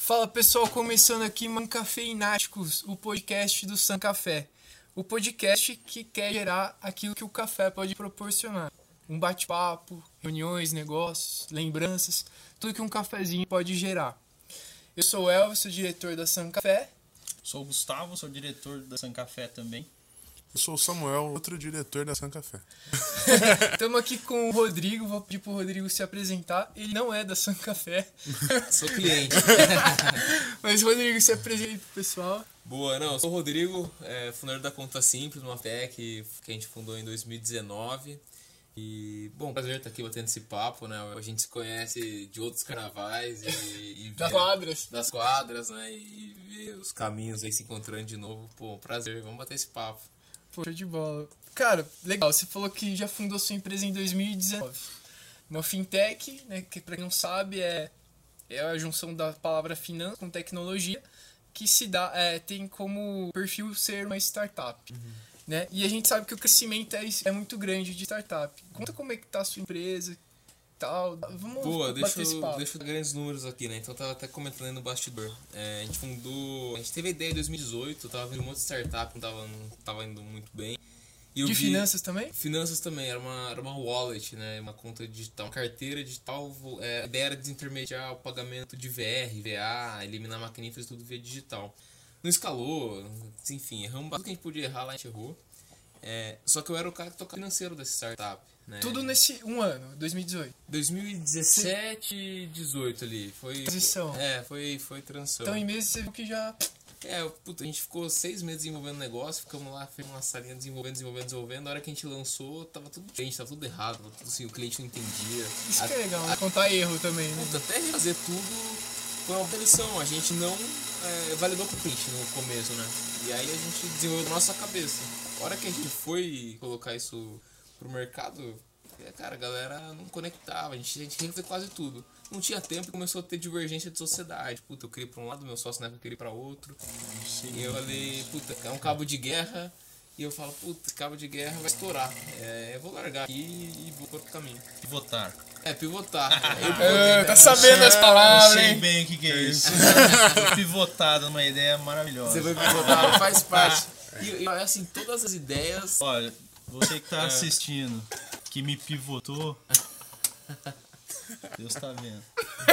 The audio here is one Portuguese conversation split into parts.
Fala pessoal, começando aqui Mancafeináticos, o podcast do San Café. O podcast que quer gerar aquilo que o café pode proporcionar. Um bate-papo, reuniões, negócios, lembranças, tudo que um cafezinho pode gerar. Eu sou o Elvis, sou diretor da San Café. Sou o Gustavo, sou diretor da San Café também. Eu sou o Samuel, outro diretor da San Café. Estamos aqui com o Rodrigo, vou pedir pro Rodrigo se apresentar. Ele não é da San Café. Sou cliente. Mas Rodrigo, se apresenta pro pessoal. Boa, não, eu sou o Rodrigo, fundador da Conta Simples, uma fé que a gente fundou em 2019. E, bom, prazer estar aqui batendo esse papo, né? A gente se conhece de outros carnavais e das quadras, né? E ver os caminhos aí se encontrando de novo. Pô, prazer, vamos bater esse papo. Pô, show de bola. Cara, legal, você falou que já fundou sua empresa em 2019. Uma fintech, né, que pra quem não sabe é a junção da palavra finança com tecnologia, que se dá, tem como perfil ser uma startup. Né? E a gente sabe que o crescimento é muito grande de startup. Conta como é que tá a sua empresa e tal. Vamos bater esse papo. Deixa eu dar grandes números aqui, né? Então eu tava até comentando aí no bastidor. A gente teve a ideia em 2018, eu tava vendo um monte de startup, não tava indo muito bem. E de finanças também? Finanças também, era uma wallet, né? Uma conta digital, uma carteira digital. A ideia era desintermediar o pagamento de VR, VA, eliminar a maquininha, fez tudo via digital. Não escalou, enfim, erramos tudo que a gente podia errar, lá a gente errou. Só que eu era o cara que tocava financeiro dessa startup. Né? Tudo nesse um ano, 2018. 2017, 18 ali. Foi transição. Foi transição. Então em meses você viu que já... A gente ficou 6 meses desenvolvendo o negócio, ficamos lá, fez uma salinha desenvolvendo. Na hora que a gente lançou, tava tudo diferente, tava tudo errado, tava tudo assim, o cliente não entendia. Isso que é legal, né? Contar erro também, né? Até refazer tudo foi uma lição, a gente não validou com o cliente no começo, né? E aí a gente desenvolveu na nossa cabeça. A hora que a gente foi colocar isso pro mercado, cara, a galera não conectava, a gente queria fazer quase tudo. Não tinha tempo e começou a ter divergência de sociedade. Puta, eu queria ir pra um lado, meu sócio na época queria ir pra outro. E eu falei, puta, é um cabo de guerra. E eu falo, puta, esse cabo de guerra vai estourar. Eu vou largar aqui e vou para outro caminho. Pivotar. Pivotar. Tá sabendo as palavras, Eu sei hein? bem o que é isso. Pivotar numa ideia maravilhosa. Você vai pivotar, faz parte. E assim, todas as ideias... Olha, você que tá assistindo, que me pivotou, Deus tá vendo.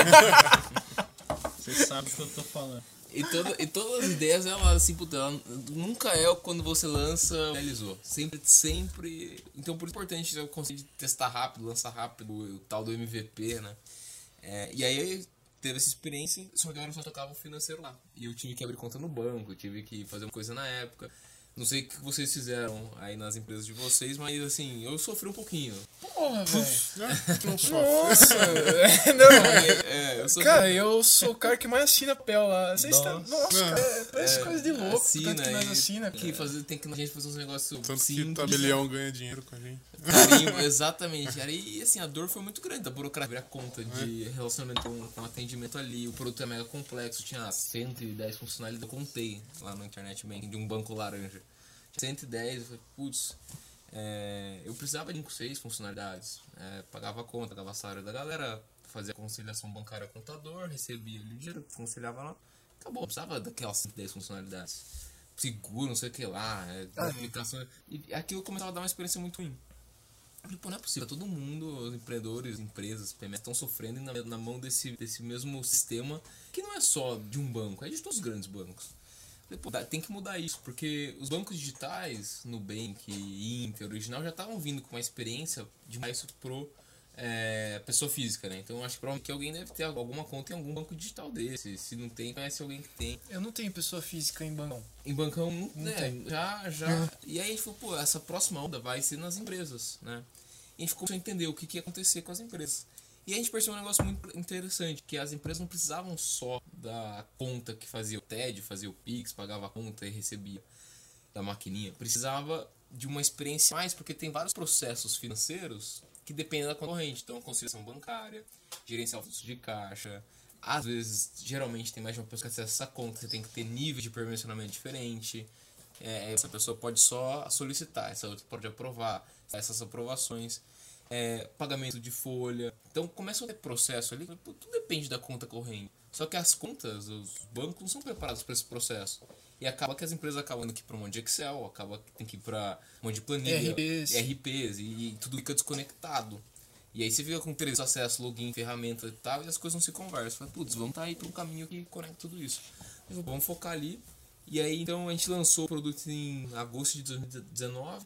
Você sabe o que eu tô falando. E todas as ideias, ela assim, puta, ela nunca é quando você lança, realizou. Sempre. Então, por importante eu conseguir testar rápido, lançar rápido, o tal do MVP, né? E aí teve essa experiência, só que agora eu só tocava o financeiro lá. E eu tive que abrir conta no banco, eu tive que fazer uma coisa na época. Não sei o que vocês fizeram aí nas empresas de vocês, mas assim, eu sofri um pouquinho. Porra, velho. Nossa. Não. Eu sofri. Cara, eu sou o cara que mais assina PEL lá. Vocês estão... Nossa, cara, parece coisa de louco. Assina, Tanto que nós assina. Tem que a gente fazer uns negócios Tanto simples. que o tabelião ganha dinheiro com a gente. Carimbo, exatamente. E assim, a dor foi muito grande da burocracia. A conta de relacionamento com atendimento ali. O produto é mega complexo. Tinha 110 funcionalidades. Eu contei lá no Internet Banking de um banco laranja. 110, eu falei, putz, eu precisava de 5, 6 funcionalidades. Pagava a conta, pagava salário da galera, fazia conciliação bancária contador, recebia ali dinheiro, conciliava lá. Acabou, precisava daquelas 110 funcionalidades. Seguro, não sei o que lá, aplicação. E aquilo começava a dar uma experiência muito ruim. Eu falei, pô, não é possível, todo mundo, os empreendedores, empresas, PMS, estão sofrendo na mão desse mesmo sistema, que não é só de um banco, é de todos os grandes bancos. Pô, tem que mudar isso, porque os bancos digitais, Nubank, Inter, Original, já estavam vindo com uma experiência demais pro pessoa física, né? Então eu acho que provavelmente que alguém deve ter alguma conta em algum banco digital desse. Se não tem, conhece alguém que tem. Eu não tenho pessoa física em bancão. Em bancão, Não tem. já. E aí a gente falou, pô, essa próxima onda vai ser nas empresas, né? E a gente começou a entender o que ia acontecer com as empresas. E a gente percebeu um negócio muito interessante, que as empresas não precisavam só da conta que fazia o TED, fazia o Pix, pagava a conta e recebia da maquininha. Precisava de uma experiência mais, porque tem vários processos financeiros que dependem da concorrente. Então, conciliação bancária, gerenciar o fluxo de caixa. Às vezes, geralmente, tem mais de uma pessoa que acessa essa conta, você tem que ter nível de permissionamento diferente. Essa pessoa pode só solicitar, essa outra pode aprovar, essas aprovações. pagamento de folha. Então começa a ter processo ali, tudo depende da conta corrente. Só que as contas, os bancos não são preparados para esse processo. E acaba que as empresas acabam indo aqui para um monte de Excel, acaba que tem que ir para um monte de planilha, RPs e tudo fica desconectado. E aí você fica com 3 acessos, login, ferramenta e tal, e as coisas não se conversam. Fala, putz, vamos aí para um caminho que conecta tudo isso. Vamos focar ali. E aí então a gente lançou o produto em agosto de 2019.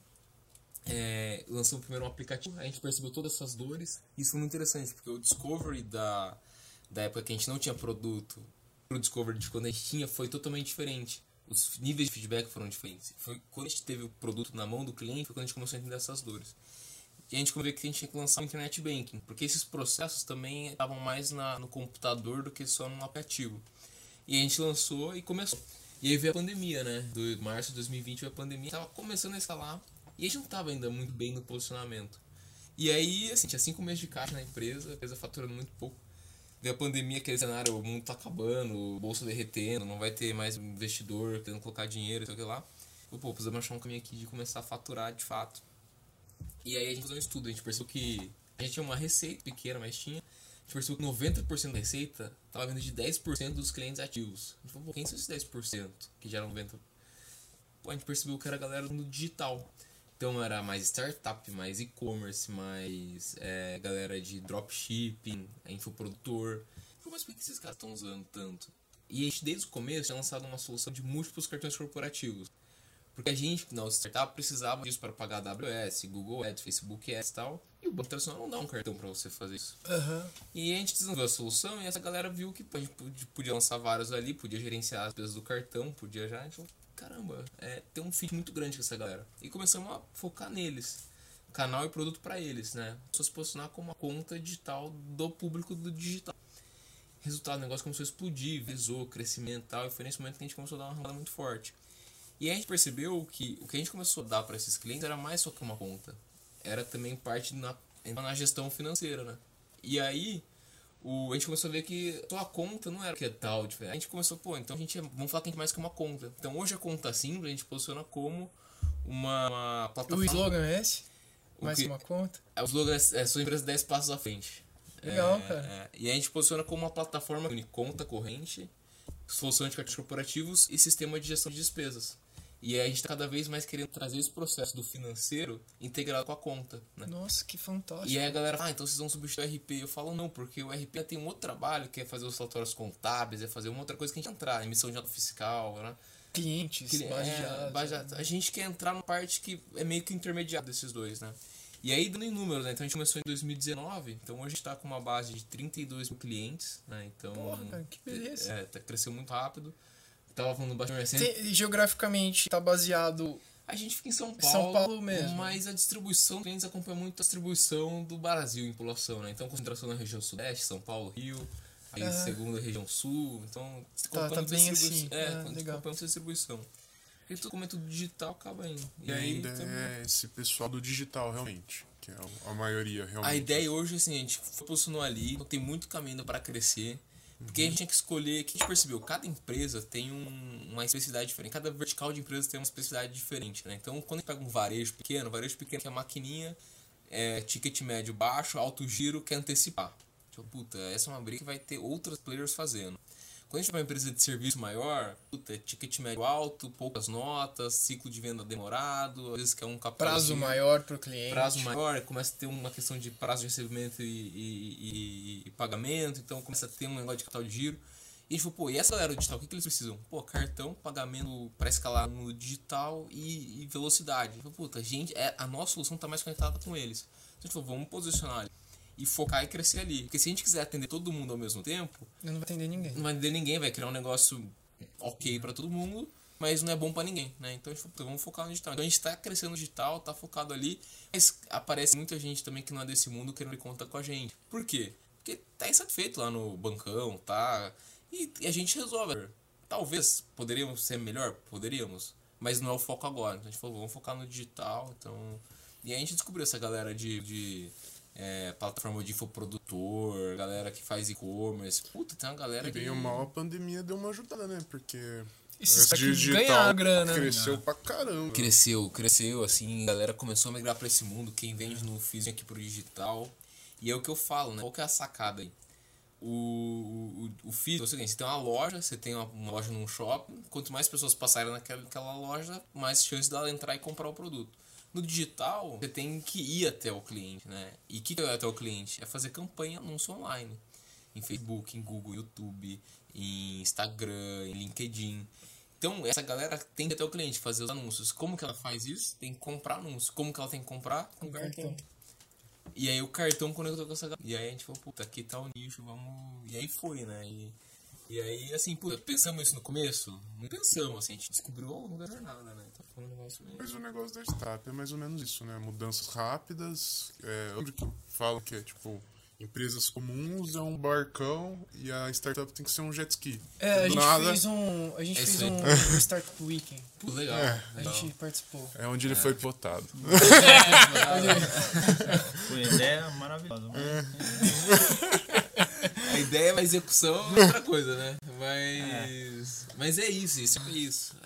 Lançou primeiro um aplicativo, a gente percebeu todas essas dores. Isso foi muito interessante, porque o discovery da época que a gente não tinha produto pro discovery de quando a gente tinha foi totalmente diferente. Os níveis de feedback foram diferentes. Foi quando a gente teve o produto na mão do cliente, foi quando a gente começou a entender essas dores. E a gente começou que a gente tinha que lançar o Internet Banking, porque esses processos também estavam mais no computador do que só no aplicativo. E a gente lançou e começou. E aí veio a pandemia, né? Do março de 2020 veio a pandemia, tava começando a escalar e a gente não tava ainda muito bem no posicionamento. E aí, assim, tinha 5 meses de caixa na empresa, a empresa faturando muito pouco. Veio a pandemia, aquele cenário, o mundo tá acabando, bolsa derretendo, não vai ter mais investidor querendo colocar dinheiro, sei o que lá. Precisamos achar um caminho aqui de começar a faturar de fato. E aí a gente fez um estudo, a gente percebeu que a gente tinha uma receita pequena, mas tinha. A gente percebeu que 90% da receita estava vindo de 10% dos clientes ativos. A gente falou, quem são esses 10%? Que geram 90%? A gente percebeu que era a galera do digital. Então era mais startup, mais e-commerce, mais galera de dropshipping, infoprodutor. Mas por que esses caras estão usando tanto? E a gente desde o começo tinha lançado uma solução de múltiplos cartões corporativos. Porque a gente, na startup, precisava disso para pagar AWS, Google Ads, Facebook Ads e tal. E o banco tradicional não dá um cartão para você fazer isso. Uhum. E a gente desenvolveu a solução e essa galera viu que a gente podia lançar vários ali, podia gerenciar as despesas do cartão, podia já. A gente falou, caramba, tem um fit muito grande com essa galera. E começamos a focar neles. Canal e produto para eles, né? Só se posicionar como uma conta digital do público do digital. Resultado, o negócio começou a explodir, visou, crescimento e tal. E foi nesse momento que a gente começou a dar uma ramada muito forte. E a gente percebeu que o que a gente começou a dar para esses clientes era mais só que uma conta. Era também parte na gestão financeira, né? E aí, a gente começou a ver que só a conta não era que é tal diferente. A gente começou, então vamos falar que a gente é mais que uma conta. Então hoje a conta simples a gente posiciona como uma plataforma. O slogan é esse? Mais que uma conta? O slogan é sua empresa 10 passos à frente. Legal, cara. E a gente posiciona como uma plataforma que une conta corrente, solução de cartões corporativos e sistema de gestão de despesas. E a gente está cada vez mais querendo trazer esse processo do financeiro integrado com a conta, né? Nossa, que fantástico. E aí a galera fala, então vocês vão substituir o RP. Eu falo, não, porque o RP tem um outro trabalho, que é fazer os relatórios contábeis, é fazer uma outra coisa que a gente entrar, emissão de nota fiscal, né? Clientes, baseados. A gente quer entrar numa parte que é meio que intermediário desses dois, né? E aí, dando em números, né? Então a gente começou em 2019, então hoje a gente está com uma base de 32 mil clientes, né? Então, porra, cara, que beleza. Cresceu muito rápido. Tava falando bastante recente. Geograficamente, tá baseado... A gente fica em São Paulo mesmo. Mas a distribuição, os clientes acompanham muito a distribuição do Brasil em população, né? Então, concentração na região sudeste, São Paulo, Rio, aí segunda região sul, então... Tá bem assim. Legal. Acompanhamos a distribuição. Porque tudo, como é tudo digital, acaba indo. E ainda é esse pessoal do digital, realmente, que é a maioria, realmente. A ideia hoje, assim, a gente posicionou ali, então tem muito caminho para crescer. Porque a gente tinha que escolher, o que a gente percebeu? Cada empresa tem uma especificidade diferente, cada vertical de empresa tem uma especificidade diferente, né? Então, quando a gente pega um varejo pequeno que é a maquininha, ticket médio baixo, alto giro, quer antecipar. Tipo, essa é uma briga que vai ter outros players fazendo. Quando a gente vai uma empresa de serviço maior, ticket médio alto, poucas notas, ciclo de venda demorado, às vezes quer um capital. Prazo maior para o cliente. Prazo maior, começa a ter uma questão de prazo de recebimento e pagamento, então começa a ter um negócio de capital de giro. E a gente falou, e essa galera digital, o que eles precisam? Cartão, pagamento para escalar no digital e velocidade. A gente falou, a nossa solução está mais conectada com eles. Então a gente falou, vamos posicionar ali. E focar e crescer ali. Porque se a gente quiser atender todo mundo ao mesmo tempo... Não vai atender ninguém. Não vai atender ninguém, vai criar um negócio ok pra todo mundo, mas não é bom pra ninguém, né? Então vamos focar no digital. Então a gente tá crescendo no digital, tá focado ali, mas aparece muita gente também que não é desse mundo querendo contar com a gente. Por quê? Porque tá insatisfeito lá no bancão, tá? E a gente resolve. Talvez poderíamos ser melhor? Poderíamos. Mas não é o foco agora. Então a gente falou, vamos focar no digital. Então... E aí a gente descobriu essa galera de plataforma de infoprodutor, galera que faz e-commerce. Puta, tem uma galera que... E bem ou mal a pandemia deu uma ajudada, né? Porque Esses Esse caras que digital ganharam grana. cresceu pra caramba. Cresceu, assim, a galera começou a migrar pra esse mundo, quem vende no físico aqui pro digital. E é o que eu falo, né? Qual que é a sacada aí? O físico é o seguinte, você tem uma loja, você tem uma loja num shopping, quanto mais pessoas passarem naquela loja, mais chance dela entrar e comprar o produto. No digital, você tem que ir até o cliente, né? E o que é até o cliente? É fazer campanha anúncio online. Em Facebook, em Google, YouTube, em Instagram, em LinkedIn. Então, essa galera tem que ir até o cliente, fazer os anúncios. Como que ela faz isso? Tem que comprar anúncio. Como que ela tem que comprar? Com cartão. E aí o cartão conectou com essa galera. E aí a gente falou, puta, aqui tá o nicho, vamos... E aí foi, né? E aí, assim, puta, pensamos isso no começo? Não pensamos, assim, a gente descobriu ao longo da jornada, né? Então foi um negócio meio... Mas o negócio da startup é mais ou menos isso, né? Mudanças rápidas. Onde que falam que é, tipo, empresas comuns é um barcão e a startup tem que ser um jet ski. A gente nada, fez um Startup Weekend. Pô, legal. A gente participou. é onde ele foi pivotado. Foi uma ideia maravilhosa. A ideia é uma execução é outra coisa, né? Mas é isso é isso.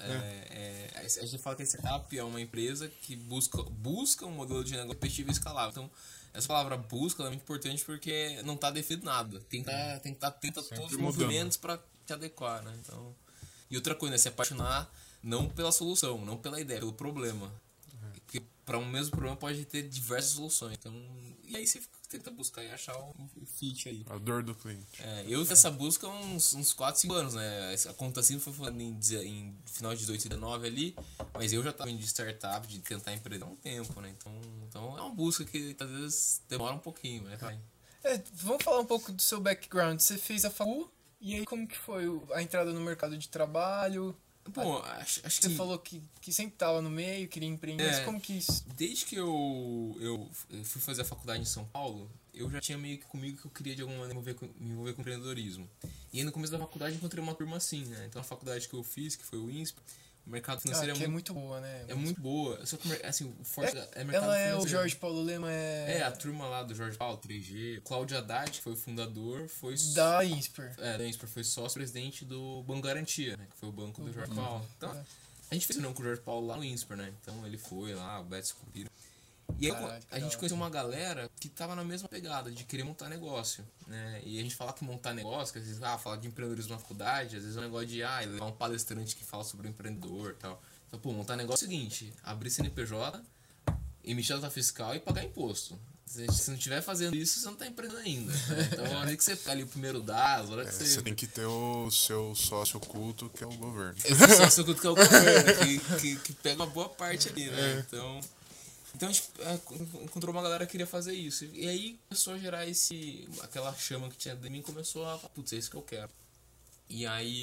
A gente fala que a startup é uma empresa que busca um modelo de negócio competitivo e escalável. Então, essa palavra busca é muito importante porque não está definido nada. Tem que estar atento a todos os movimentos para te adequar, né? Então, e outra coisa, né? Se apaixonar não pela solução, não pela ideia, pelo problema. Porque para um mesmo problema pode ter diversas soluções. Então, e aí você tenta buscar e achar um fit aí. A dor do cliente. Eu fiz essa busca há uns 4, 5 anos, né? A conta assim foi falando em final de 2019 ali, mas eu já estava de startup, de tentar empreender há um tempo, né? Então é uma busca que às vezes demora um pouquinho, né? Vamos falar um pouco do seu background. Você fez a facu, e aí como que foi a entrada no mercado de trabalho? Bom, acho que Você falou que sempre estava no meio, queria empreender, mas como que isso? Desde que eu fui fazer a faculdade em São Paulo, eu já tinha meio que comigo que eu queria de alguma maneira me envolver com empreendedorismo. E aí no começo da faculdade eu encontrei uma turma assim, né? Então a faculdade que eu fiz, que foi o INSP, o mercado financeiro é muito boa, né? É muito boa. Só que assim, o forte é mercado ela financeiro. o Jorge Paulo Lema a turma lá do Jorge Paulo, 3G. Cláudio Haddad, que foi o fundador, foi... Da INSPER. Da INSPER, foi sócio-presidente do Banco Garantia, né? Que foi o banco do Jorge Paulo. Então, a gente fez reunião com o Jorge Paulo lá no INSPER, né? Então ele foi lá, o Beto Scupira. E aí a gente conheceu uma galera que tava na mesma pegada, de querer montar negócio, né? E a gente fala que montar negócio, que às vezes, falar de empreendedorismo na faculdade, às vezes é um negócio de, levar um palestrante que fala sobre o empreendedor e tal. Então, montar negócio é o seguinte, abrir CNPJ, emitir nota fiscal e pagar imposto. Se não estiver fazendo isso, você não está empreendendo ainda. Né? Então, a hora que você pega ali o primeiro dado, a hora que você tem que ter o seu sócio oculto, que é o governo. Esse sócio oculto que é o governo, que pega uma boa parte ali, né? Então a gente encontrou uma galera que queria fazer isso. E aí começou a gerar aquela chama que tinha de mim, começou a falar, putz, é isso que eu quero. E aí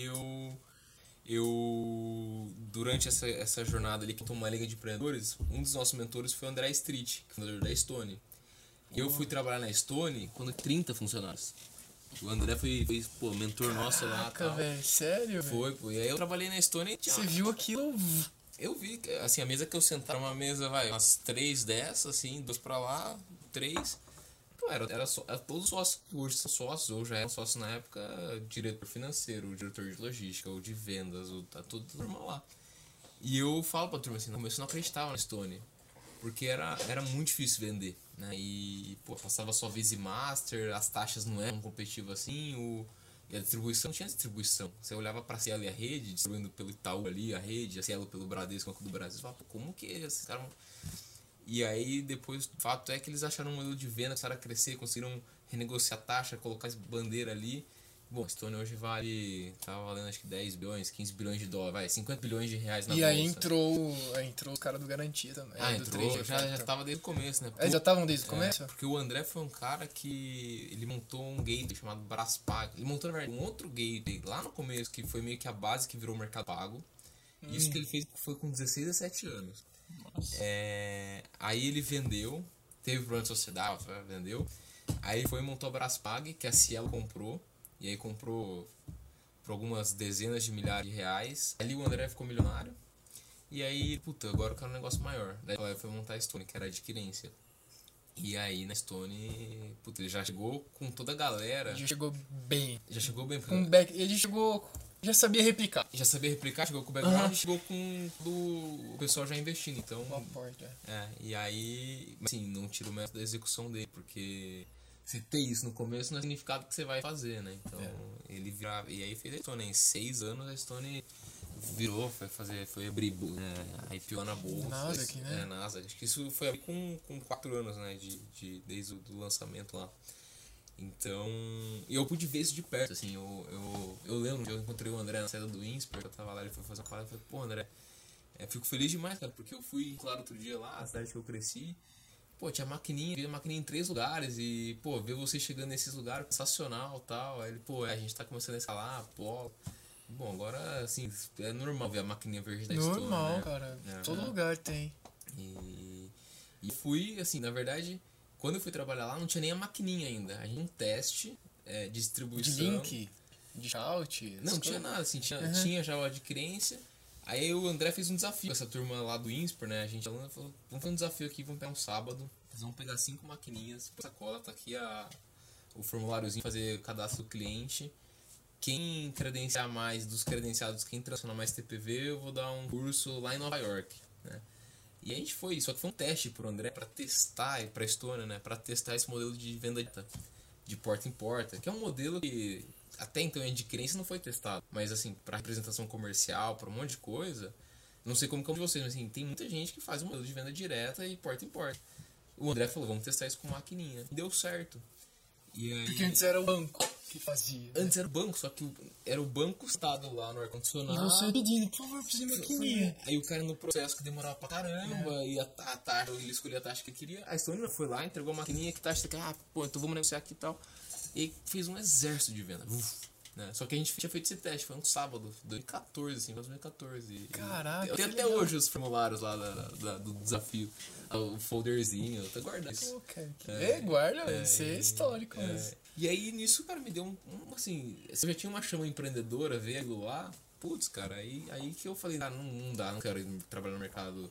eu durante essa jornada ali, que eu tô uma liga de empreendedores, um dos nossos mentores foi o André Street, fundador da Stone. Eu fui trabalhar na Stone quando 30 funcionários. O André foi mentor nosso lá. Caraca, velho, sério? Foi. E aí eu trabalhei na Stone e Você viu aquilo? Eu vi, assim, a mesa que eu sentava, uma mesa, umas 3 dessas, assim, 2 pra lá, 3. Pô, era todos os sócios que hoje são sócios, ou já eram sócios na época, diretor financeiro, diretor de logística, ou de vendas, tá tudo normal lá. E eu falo pra turma assim, no começo eu não acreditava na Stone, porque era muito difícil vender, né? E, passava só Visa e Master, as taxas não eram competitivas assim, e a distribuição não tinha distribuição. Você olhava pra Cielo e a rede, distribuindo pelo Itaú ali, a rede, a Cielo pelo Bradesco, Banco do Brasil, você falava, como que esses caras... E aí, depois, o fato é que eles acharam um modelo de venda, começaram a crescer, conseguiram renegociar a taxa, colocar essa bandeira ali. Bom, a Stone hoje tava valendo acho que 10 bilhões, 15 bilhões de dólares, 50 bilhões de reais na bolsa. E aí entrou o cara do Garantia também. Entrou, já tava desde o começo, né? Já estavam desde o começo? Porque o André foi um cara que ele montou um gateway chamado Braspag. Ele montou, na verdade, um outro gateway lá no começo, que foi meio que a base que virou o Mercado Pago. Isso que ele fez foi com 16 a 17 anos. Aí ele vendeu, teve problema de sociedade, vendeu. Aí ele foi e montou a Braspag, que a Cielo comprou. E aí comprou por algumas dezenas de milhares de reais. Ali o André ficou milionário. E aí, agora eu quero um negócio maior. Daí ele foi montar a Stone, que era a adquirência. E aí na Stone, ele já chegou com toda a galera. Já chegou bem. Já chegou bem. Ele chegou Já sabia replicar. Já sabia replicar, chegou com o background e chegou com o pessoal já investindo. Então, Uma porta. e aí, assim, não tira o mérito da execução dele, porque você ter isso no começo não é significado que você vai fazer, né? Então, ele virava, e aí fez a Stone. Em 6 anos a Stone virou, foi abrir a IPO na bolsa. Nasdaq, né? Nasdaq. Acho que isso foi abrir com 4 anos, né? Desde o lançamento lá. Então, eu pude ver isso de perto, assim, eu lembro que eu encontrei o André na saída do Insper, eu tava lá, ele foi fazer uma parada, eu falei, pô, André, fico feliz demais, cara, porque eu fui, claro, outro dia lá, a cidade que eu cresci, pô, tinha maquininha, vi a maquininha em 3 lugares, e, pô, ver você chegando nesses lugares, sensacional, tal, aí ele, pô, a gente tá começando a escalar, pô, bom, agora, assim, é normal ver a maquininha verde da Stone, Normal, né? cara, todo lugar tem. E fui, assim, na verdade... Quando eu fui trabalhar lá, não tinha nem a maquininha ainda. A gente tinha um teste de distribuição. De link, de shout. Não tinha nada, assim. Tinha já o adquirência. Aí o André fez um desafio. Essa turma lá do Insper, né? A gente falou, vamos fazer um desafio aqui, vamos pegar um sábado. Vamos pegar 5 maquininhas. Sacola, tá aqui o formuláriozinho, fazer o cadastro do cliente. Quem credenciar mais dos credenciados, quem transacionar mais TPV, eu vou dar um curso lá em Nova York, né? E a gente foi, só que foi um teste pro André pra testar, e pra Estônia, né? Pra testar esse modelo de venda de porta em porta, que é um modelo que até então em adquirência não foi testado. Mas assim, pra representação comercial, pra um monte de coisa, não sei como que é de vocês, mas assim, tem muita gente que faz um modelo de venda direta e porta em porta. O André falou, vamos testar isso com maquininha. Deu certo. E aí... Porque antes era o banco que fazia. Antes era o banco, só que era o banco estado lá no ar-condicionado. E você pedindo, por favor, preciso de maquininha. Aí o cara no processo que demorava pra caramba, e a taxa, ele escolhia a taxa que ele queria. A Estônia foi lá, entregou a maquininha, que taxa você quer? Pô, então vamos negociar aqui e tal. E fez um exército de venda. Né? Só que a gente tinha feito esse teste, foi um sábado, 2014, assim, 2014. Caraca. Eu tenho até hoje os formulários lá do desafio, o folderzinho, eu até guardado isso. Pô, cara, guarda, isso é histórico mesmo. E aí nisso, cara, me deu assim, se eu já tinha uma chama empreendedora, veio lá, putz, cara, aí que eu falei, não dá, não quero ir trabalhar no mercado,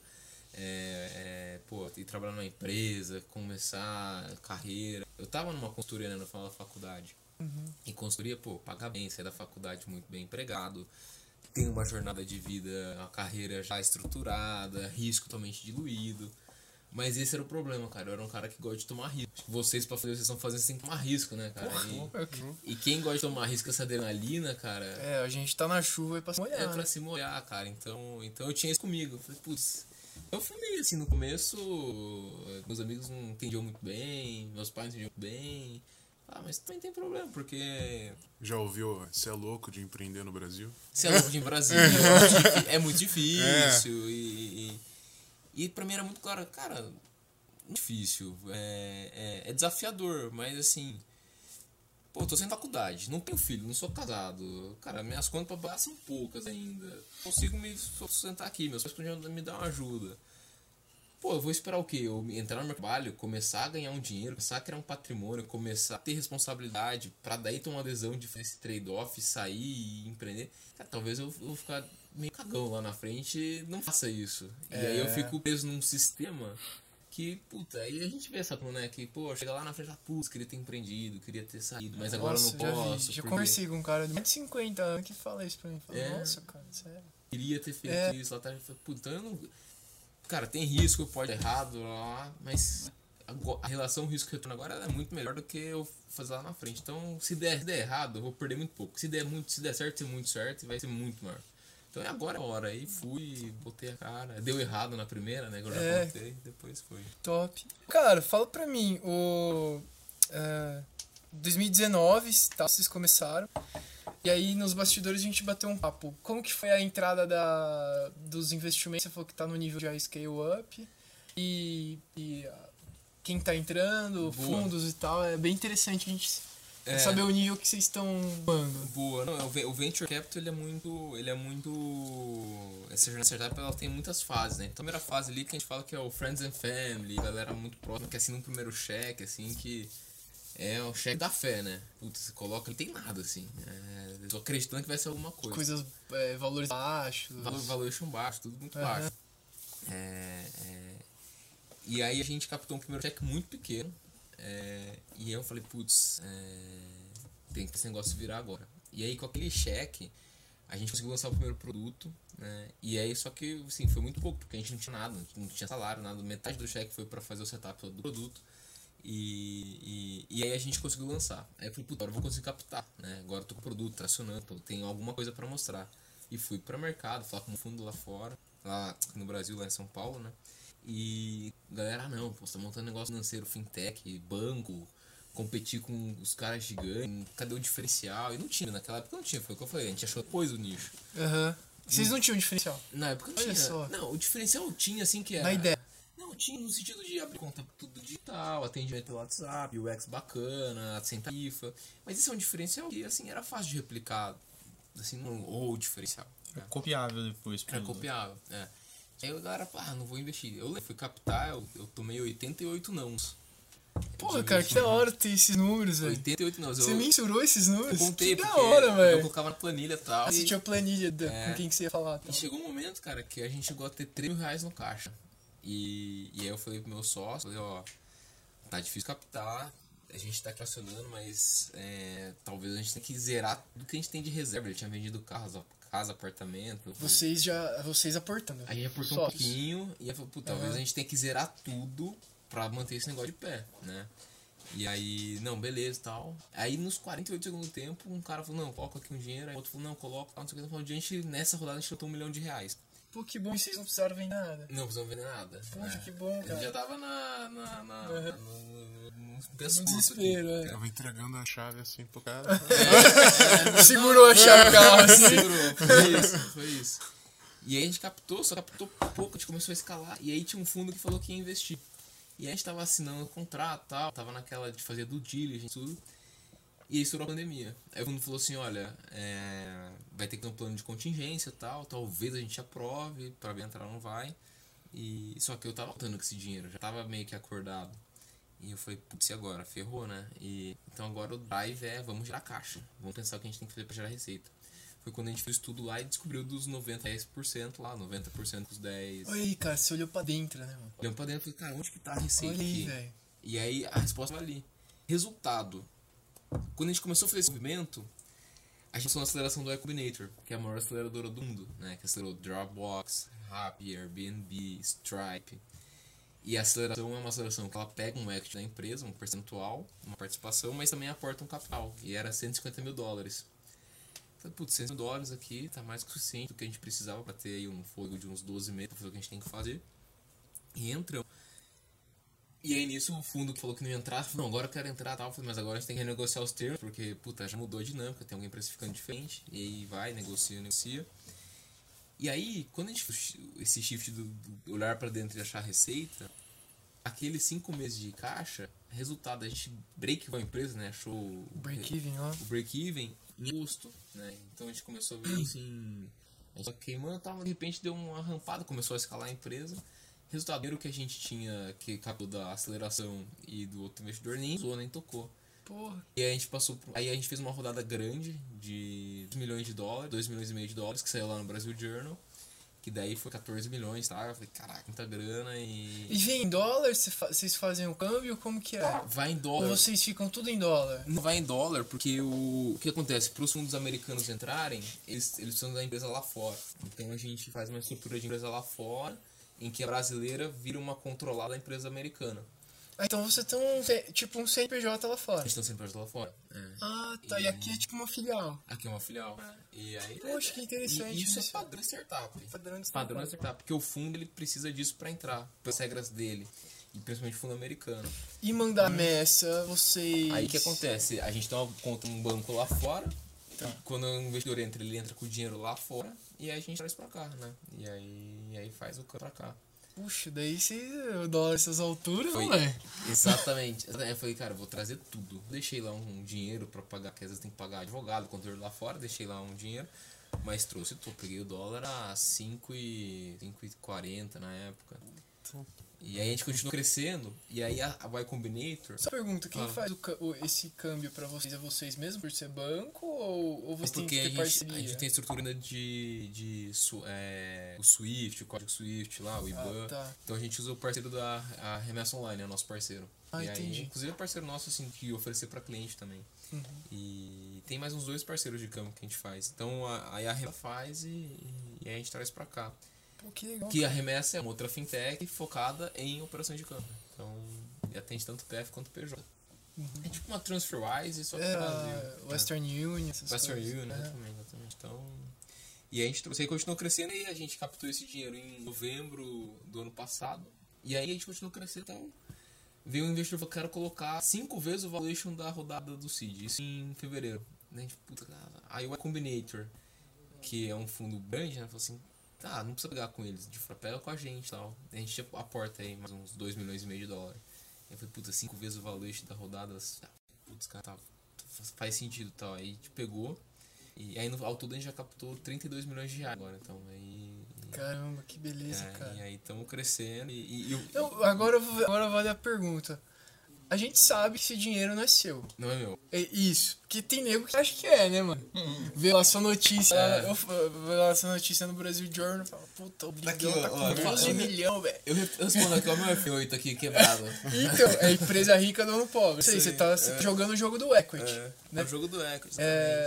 ir trabalhar numa empresa, começar carreira. Eu tava numa consultoria, né, no final da faculdade. E consultoria, paga bem, sai da faculdade muito bem empregado, tem uma jornada de vida, uma carreira já estruturada, risco totalmente diluído. Mas esse era o problema, cara. Eu era um cara que gosta de tomar risco. Vocês, pra fazer o que vocês estão fazendo, vocês têm que tomar risco, né, cara? E quem gosta de tomar risco, essa adrenalina, cara... a gente tá na chuva e pra se molhar. É pra se molhar, cara. Então eu tinha isso comigo. Eu falei, putz... Eu fui meio assim, no começo, meus amigos não entendiam muito bem, meus pais não entendiam muito bem. Mas também tem problema, porque... Já ouviu, você é louco de empreender no Brasil? Você é louco de ir no Brasil, é muito difícil, E pra mim era muito claro, cara, difícil, é desafiador, mas assim, tô sem faculdade, não tenho filho, não sou casado, cara, minhas contas pra pagar são poucas ainda, consigo me sustentar aqui, meus pais podiam me dar uma ajuda. Eu vou esperar o quê? Eu entrar no meu trabalho, começar a ganhar um dinheiro, começar a criar um patrimônio, começar a ter responsabilidade, pra daí ter uma adesão de fazer esse trade-off, sair e empreender. Cara, talvez eu vou ficar meio cagão lá na frente e não faça isso. E aí eu fico preso num sistema que, aí a gente vê essa turma, né? Que, chega lá na frente e fala, queria ter empreendido, queria ter saído, mas agora eu não posso. Já conversei com um cara de mais de 50 anos que fala isso pra mim. Fala, nossa, cara, sério. Queria ter feito isso lá atrás. Eu não... Cara, tem risco, pode dar errado lá, mas a relação risco-retorno agora é muito melhor do que eu fazer lá na frente. Então, se der errado, eu vou perder muito pouco. Se der certo, ser muito certo, e vai ser muito maior. Então, agora é a hora. Aí fui, botei a cara. Deu errado na primeira, né? Agora eu contei, depois foi. Top. Cara, fala pra mim, 2019, tá, vocês começaram. E aí, nos bastidores, a gente bateu um papo. Como que foi a entrada dos investimentos? Você falou que tá no nível de scale up. E quem tá entrando, fundos e tal. É bem interessante a gente saber o nível que vocês estão dando. Boa. Não, o Venture Capital, ele é muito... Essa jornada startup, ela tem muitas fases, né? Então, a primeira fase ali, que a gente fala que é o Friends and Family, a galera muito próxima, que assina um primeiro cheque, assim, que... É o cheque da fé, né? Putz, você coloca, não tem nada, assim. Eu tô acreditando que vai ser alguma coisa. Coisas, valores baixos. Valuation baixo, tudo muito baixo. E aí a gente captou um primeiro cheque muito pequeno. E eu falei, putz, tem que esse negócio virar agora. E aí com aquele cheque, A gente conseguiu lançar o primeiro produto, né? E aí, só que, assim, foi muito pouco, porque a gente não tinha nada, não tinha salário, nada. Metade do cheque foi pra fazer o setup do produto. E aí a gente conseguiu lançar. Aí eu falei, puta, agora eu vou conseguir captar, né? Agora eu tô com o produto, tracionando, tenho alguma coisa pra mostrar. E fui pra mercado, falar com o fundo lá fora, lá no Brasil, lá em São Paulo, né? E galera, não, pô, você tá montando negócio financeiro, fintech, banco, competir com os caras gigantes, cadê o diferencial? E não tinha, naquela época não tinha, foi o que eu falei, a gente achou depois o nicho. Aham. Vocês não tinham diferencial? Na época não Olha tinha. só. Não, o diferencial tinha, assim, que era... Na ideia. Não, tinha no sentido de abrir conta tudo digital, atendimento pelo WhatsApp, UX bacana, sem tarifa. Mas isso é um diferencial que, assim, era fácil de replicar, assim, ou diferencial. É copiável depois. Era copiável, é. Aí a galera, não vou investir. Eu fui captar, eu tomei 88 nãos. Porra, cara, que da hora ter esses números, velho. 88 nãos. Você mensurou esses números? Eu contei, que da porque hora, eu velho. colocava na planilha e tal. Ah, você e, tinha planilha com quem que você ia falar. e Tá? chegou um momento, cara, que a gente chegou a ter R$3.000 no caixa. E aí eu falei pro meu sócio, falei, ó, tá difícil captar, a gente tá tracionando, mas talvez a gente tenha que zerar tudo que a gente tem de reserva. Ele tinha vendido casa, apartamento. Vocês aportando. Aí aportou um pouquinho e aí falou, talvez a gente tenha que zerar tudo pra manter esse negócio de pé, né? E aí, não, beleza e tal. Aí nos 48 segundos do tempo, um cara falou, não, coloca aqui um dinheiro. Aí o outro falou, não, coloca, não sei o que. A gente, nessa rodada, a gente botou R$1 milhão. Pô, que bom, e vocês não precisaram vender nada. Não precisamos vender nada. Poxa, que bom, cara. Eu já tava no desespero, aqui. Tava entregando a chave assim pro cara. Segurou a chave do carro assim. Segurou, foi isso. E aí a gente só captou pouco, a gente começou a escalar. E aí tinha um fundo que falou que ia investir. E aí a gente tava assinando o contrato e tal, tava naquela de fazer due diligence e tudo. E aí estourou a pandemia. Aí o fundo falou assim, olha, vai ter que ter um plano de contingência e tal, talvez a gente aprove, pra entrar não vai. E só que eu tava contando com esse dinheiro, já tava meio que acordado. E eu falei, putz, e agora? Ferrou, né? Então agora o drive vamos gerar caixa. Vamos pensar o que a gente tem que fazer pra gerar receita. Foi quando a gente fez tudo lá e descobriu dos 10% lá, 90% dos 10%. Olha aí, cara, você olhou pra dentro, né, mano? Olhando pra dentro e falei, cara, onde que tá a receita Olha aí, aqui? velho. E aí a resposta vai ali. Resultado. Quando a gente começou a fazer esse movimento, a gente passou na aceleração do Y Combinator, que é a maior aceleradora do mundo, né? Que acelerou Dropbox, Rappi, Airbnb, Stripe. E a aceleração é uma aceleração que ela pega um equity da empresa, um percentual, uma participação, mas também aporta um capital. E era $150 mil. Falei, putz, $100 mil aqui tá mais que suficiente do que a gente precisava pra ter aí um fôlego de uns 12 meses pra fazer o que a gente tem que fazer. E entramos. E aí nisso o fundo que falou que não ia entrar, falou, não, agora eu quero entrar, tal. Falei, mas agora a gente tem que renegociar os termos, porque, puta, já mudou a dinâmica, tem alguém precificando diferente. E aí vai, negocia. E aí, quando a gente fez esse shift do olhar pra dentro e achar a receita, aqueles 5 meses de caixa, resultado, a gente break a empresa, né? Achou o break-even lá. O break-even em agosto, né? Então a gente começou a ver assim, a gente queimando, tal, de repente deu uma rampada, começou a escalar a empresa. Resultado, o dinheiro que a gente tinha, que captou da aceleração e do outro investidor, nem usou, nem tocou. Porra. E aí a gente aí a gente fez uma rodada grande de $2 milhões, $2,5 milhões, que saiu lá no Brasil Journal, que daí foi 14 milhões, tá? Eu falei, caraca, muita grana e vem em dólar? Vocês fazem o câmbio? Como que é? Vai em dólar. Ou vocês ficam tudo em dólar? Não vai em dólar, porque o que acontece? Para os fundos americanos entrarem, eles precisam da empresa lá fora. Então a gente faz uma estrutura de empresa lá fora, em que a brasileira vira uma controlada da empresa americana. Ah, então você tem tipo um CNPJ lá A fora. gente tem um CNPJ lá fora. Ah, tá. E aqui é tipo uma filial. Aqui é uma filial. E aí, Poxa, que interessante. E isso é padrão de startup. Padrão de startup. Porque o fundo ele precisa disso para entrar, pelas regras dele. E principalmente fundo americano. E mandar messa, vocês... Aí o que acontece? A gente tem uma conta num banco lá fora. Tá. Quando o investidor entra, ele entra com o dinheiro lá fora. E aí a gente traz pra cá, né? E aí faz o câmbio pra cá. Puxa, daí o dólar essas alturas, Foi, não é? Exatamente. Eu falei, cara, eu vou trazer tudo. Deixei lá um dinheiro pra pagar, que às vezes tem que pagar advogado, contador lá fora. Deixei lá um dinheiro, mas trouxe tudo. Peguei o dólar a 5,40 na época. E aí a gente continua crescendo, e aí a Y Combinator... Só pergunta, quem Ah. faz esse câmbio pra vocês? É vocês mesmos por ser banco ou vocês têm Porque que ter a parceria? gente tem estrutura ainda o Swift, o código Swift lá, o IBAN. Tá. Então a gente usa o parceiro da Remessa Online, é o nosso parceiro. Ah, E aí, entendi. inclusive é parceiro nosso, assim, de oferecer pra cliente também. Uhum. E tem mais uns 2 parceiros de câmbio que a gente faz. Então aí a Remessa faz e aí a gente traz pra cá. Pô, que legal. Que a Remessa é uma outra fintech focada em operações de câmbio. Então, e atende tanto PF quanto PJ. É tipo uma TransferWise, só que É, no a Brasil. Western Union, essas Western coisas. Union, É. exatamente. Então, e aí a gente trouxe, aí continuou crescendo e a gente captou esse dinheiro em novembro do ano passado. E aí a gente continuou crescendo, então veio um investidor e falou, quero colocar 5 vezes o valuation da rodada do Seed, isso em fevereiro. Né? A gente, puta, cara. Aí o Combinator, que é um fundo grande, né, falou assim, tá, não precisa pegar com eles, de pega com a gente e tal. A gente aporta aí mais uns 2,5 milhões de dólares. Eu falei, puta, 5 vezes o valuation da rodada, putz, cara, tá, faz sentido e tal. Aí a gente pegou, e aí ao todo a gente já captou 32 milhões de reais agora, então aí... Caramba, que beleza, cara. E aí estamos crescendo Então, agora vale a pergunta. A gente sabe que esse dinheiro não é seu. não é meu. É isso. Porque tem nego que acha que é, né, mano? Vê lá sua notícia. Vê lá sua notícia no Brasil Journal e fala, puta, o Bligão Aqui, tá ó, com 12 milhões, velho. Eu respondo aqui, ó, meu F8 aqui quebrado. Então, é empresa rica dono pobre. Isso aí, Isso você aí, tá jogando o jogo do equity. É né? o jogo do equity.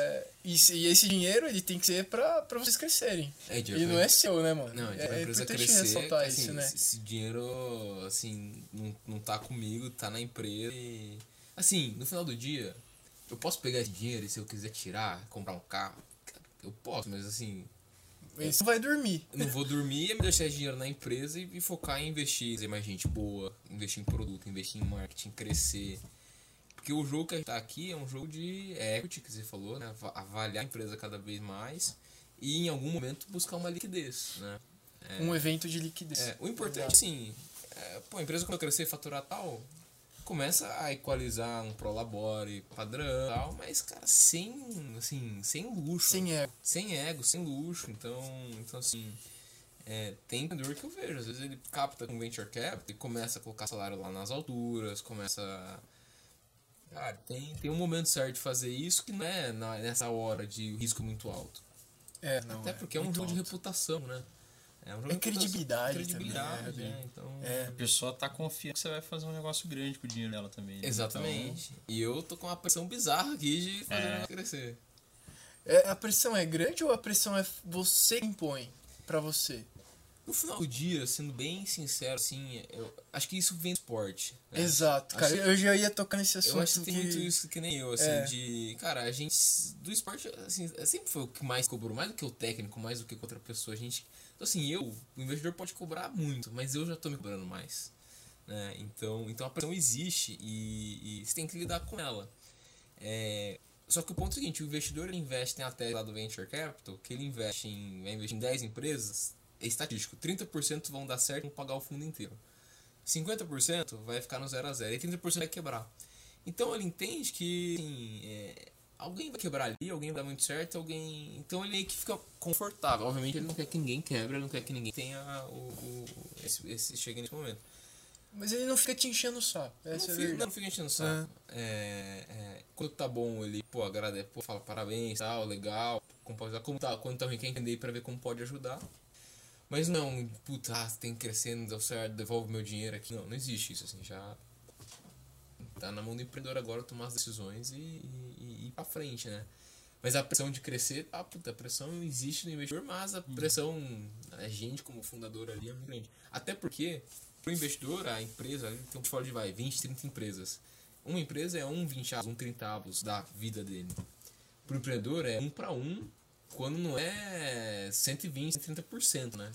E esse dinheiro, ele tem que ser pra vocês crescerem. Ele não é seu, né, mano? Não, é a empresa importante crescer, ressaltar assim, isso, né? esse dinheiro, assim, não tá comigo, tá na empresa e... Assim, no final do dia, eu posso pegar esse dinheiro e se eu quiser tirar, comprar um carro, eu posso, mas assim... Você vai dormir. Eu não vou dormir e deixar esse dinheiro na empresa e focar em investir, fazer mais gente boa, investir em produto, investir em marketing, crescer. Porque o jogo que a gente tá aqui é um jogo de equity, que você falou, né? Avaliar a empresa cada vez mais e em algum momento buscar uma liquidez, né? Um evento de liquidez. O importante, assim, a empresa quando crescer e faturar tal, começa a equalizar um prolabore padrão tal, mas, cara, sem luxo. Sem ego. Sem luxo. Então assim, tem empreendedor que eu vejo, às vezes ele capta com venture capital e começa a colocar salário lá nas alturas, Cara, tem um momento certo de fazer isso que não é nessa hora de risco muito alto. Não. Até porque é um muito jogo de alto. reputação, né? Um jogo É de credibilidade credibilidade, também, né? Então... A pessoa tá confiando que você vai fazer um negócio grande com o dinheiro dela também. Né? Exatamente. E eu tô com uma pressão bizarra aqui de fazer o negócio crescer. A pressão é grande ou a pressão é você que impõe pra você? No final do dia, sendo bem sincero, assim, eu acho que isso vem do esporte. Né? Exato, cara. Eu já ia tocar nesse assunto. Eu acho que tem muito isso que nem eu, assim, de... Cara, a gente... Do esporte, assim, sempre foi o que mais cobrou, mais do que o técnico, mais do que outra pessoa. A gente... Então, assim, o investidor pode cobrar muito, mas eu já tô me cobrando mais. Né? Então a pressão existe e você tem que lidar com ela. Só que o ponto é o seguinte, o investidor ele investe, tem a tese lá do Venture Capital, que ele vai investir em 10 empresas, é estatístico, 30% vão dar certo e vão pagar o fundo inteiro. 50% vai ficar no 0 a 0 e 30% vai quebrar. Então ele entende que assim, alguém vai quebrar ali, alguém vai dar muito certo, então ele meio que fica confortável. Obviamente ele não quer que ninguém quebre, ele não quer que ninguém tenha chegue nesse momento. Mas ele não fica te enchendo o saco. Não fica enchendo o saco. Quando tá bom, ele agradece, fala parabéns, tal, legal, quando tá ruim, quer entender pra ver como pode ajudar. Mas não, puta, tem que crescer, não deu certo, devolve meu dinheiro aqui. Não existe isso, assim, já tá na mão do empreendedor agora tomar as decisões e ir pra frente, né? Mas a pressão de crescer, a pressão existe no investidor, mas a pressão, a gente como fundador ali é muito grande. Até porque, pro investidor, a empresa, tem um portfólio de 20, 30 empresas. Uma empresa é 20, 30 da vida dele. Pro empreendedor é 1 para 1, quando não é 120, 130%, né?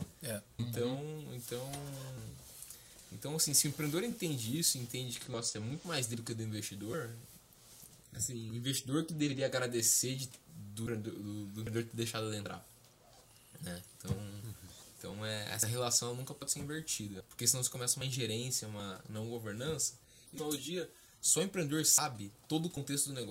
Então, assim, se o empreendedor entende isso, entende que, nossa, é muito mais dele que do investidor, assim, o investidor que deveria agradecer do empreendedor ter deixado ele entrar, né? Então essa relação nunca pode ser invertida, porque senão você começa uma ingerência, uma não governança, e no final do dia, só o empreendedor sabe todo o contexto do negócio.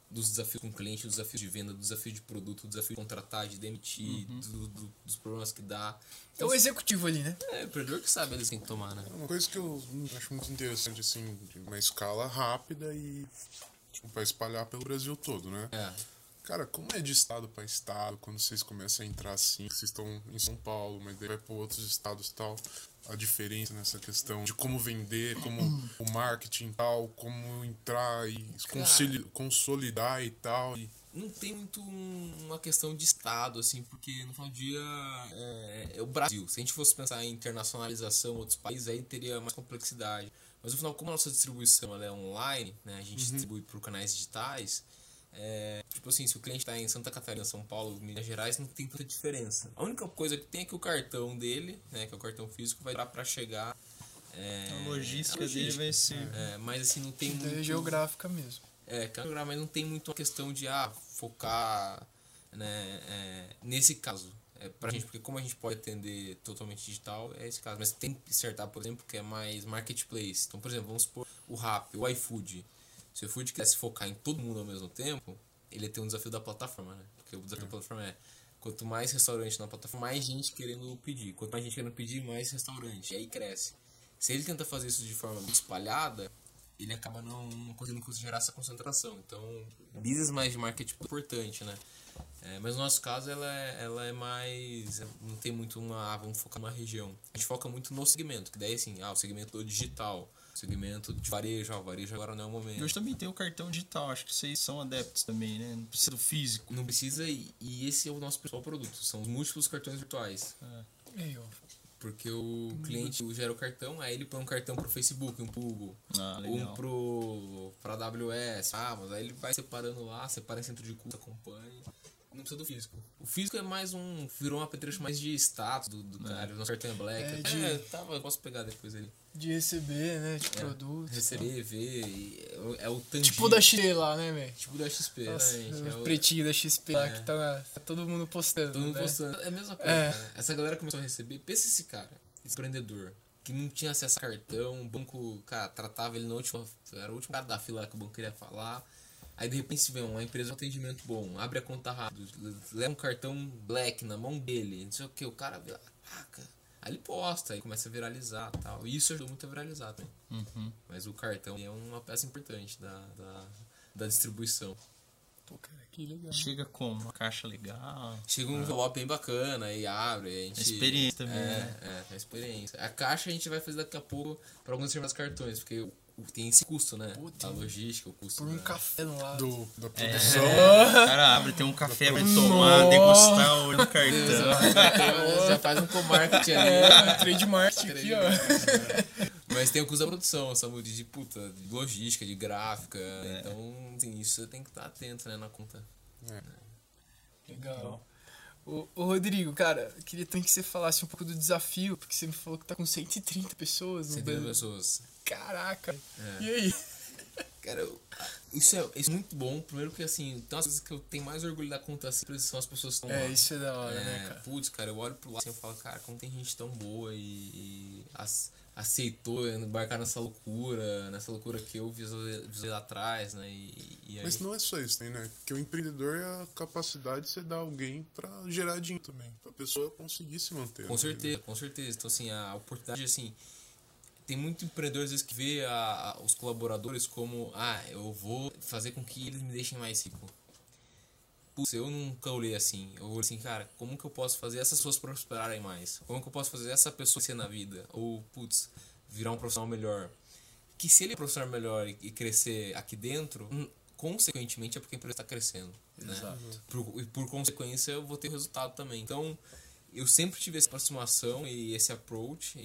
dos desafios com o cliente, dos desafios de venda, dos desafios de produto, do desafio de contratar, de demitir, dos problemas que dá. É o executivo ali, né? É, o empreendedor que sabe, eles têm que tomar, né? Uma coisa que eu acho muito interessante, assim, de uma escala rápida e tipo, pra espalhar pelo Brasil todo, né? É. Cara, como é de estado pra estado, quando vocês começam a entrar assim, vocês estão em São Paulo, mas daí vai pra outros estados e tal, a diferença nessa questão de como vender, como o marketing e tal, como entrar e consolidar e tal. Não tem muito uma questão de estado, assim, porque no final do dia é o Brasil. Se a gente fosse pensar em internacionalização em outros países, aí teria mais complexidade. Mas no final, como a nossa distribuição ela é online, né, a gente distribui por canais digitais, tipo assim, se o cliente está em Santa Catarina, São Paulo, Minas Gerais, não tem tanta diferença. A única coisa que tem é que o cartão dele, né, que é o cartão físico, vai dar para chegar. A logística dele vai ser. Mas assim, não tem É muito. geográfica mesmo. Mas não tem muito uma questão de focar, né, nesse caso. Pra gente, porque como a gente pode atender totalmente digital, é esse caso. Mas tem que acertar, por exemplo, que é mais marketplace. Então, por exemplo, vamos supor o Rappi, o iFood. Se o iFood quisesse focar em todo mundo ao mesmo tempo, ele tem um desafio da plataforma, né? Porque o desafio da plataforma é quanto mais restaurante na plataforma, mais gente querendo pedir. Quanto mais gente querendo pedir, mais restaurante. E aí cresce. Se ele tenta fazer isso de forma muito espalhada, ele acaba não conseguindo gerar essa concentração. Então, business mais de marketing é importante, né? Mas no nosso caso, ela é mais... Não tem muito vamos focar numa região. A gente foca muito no segmento, que daí assim, o segmento do digital, o segmento de varejo, o varejo agora não é o momento. Hoje também tem o cartão digital, acho que vocês são adeptos também, né? Não precisa do físico. Não precisa, e esse é o nosso principal produto. São os múltiplos cartões virtuais. Aí, ó. Porque o cliente gera o cartão, aí ele põe um cartão pro Facebook, um pro Google, pra AWS, mas aí ele vai separando lá, separa em centro de custo, acompanha. Não precisa do físico. O físico é mais virou um apetrecho mais de status do cara. O nosso cartão é black. Eu posso pegar depois ali. De receber, né? De produto. Receber, ver. É o tangível. Tipo da XP lá, né, velho? Tipo da XP, Nossa, né? o pretinho da XP lá que tá todo mundo postando. Todo mundo né? postando. É a mesma coisa, cara. Essa galera começou a receber. Pensa esse cara, esse empreendedor, que não tinha acesso a cartão, o banco, cara, tratava ele era o último cara da fila que o banco queria falar. Aí de repente vem uma empresa de atendimento bom, abre a conta rápido, leva um cartão black na mão dele, não sei o que, o cara vê lá, caraca. Aí ele posta, aí começa a viralizar e tal. E isso ajudou muito a viralizar também. Mas o cartão é uma peça importante da distribuição. Pô, cara, que legal. Chega como? Uma caixa legal. Chega um envelope bem bacana e abre. A gente, Experiência também. É a experiência. A caixa a gente vai fazer daqui a pouco para alguns determinados cartões, porque tem esse custo, né? A logística, o custo. Por um café no lado. Da produção. O cara abre, tem um café pra tomar, degustar o cartão. Já faz um co-marketing ali. Trade marketing aqui, ó. Mas tem o custo da produção, saúde de logística, de gráfica. Então, assim, isso você tem que estar atento, né, na conta. Legal. Ô Rodrigo, cara, eu queria também que você falasse um pouco do desafio, porque você me falou que tá com 130 pessoas no 130 Brasil. pessoas. Caraca. E aí? Cara, isso é muito bom. Primeiro que, assim, tem umas coisas que eu tenho mais orgulho da conta simples são as pessoas que estão lá. Isso é da hora, né, cara? Putz, cara, eu olho pro lado assim e falo, cara, como tem gente tão boa e aceitou embarcar nessa loucura que eu visei lá atrás, né? E aí... Mas não é só isso, né? Porque o empreendedor é a capacidade de você dar alguém pra gerar dinheiro também. Pra pessoa conseguir se manter. Com certeza, com certeza. Então, assim, a oportunidade, assim... Tem muito empreendedor, às vezes, que vê os colaboradores como... eu vou fazer com que eles me deixem mais rico. Putz, eu nunca olhei assim. Eu olhei assim, cara, como que eu posso fazer essas pessoas prosperarem mais? Como que eu posso fazer essa pessoa ser na vida? Ou, putz, virar um profissional melhor? Que se ele é profissional melhor e crescer aqui dentro, consequentemente é porque a empresa está crescendo. Exato. Né? Por consequência, eu vou ter resultado também. Então, eu sempre tive essa aproximação e esse approach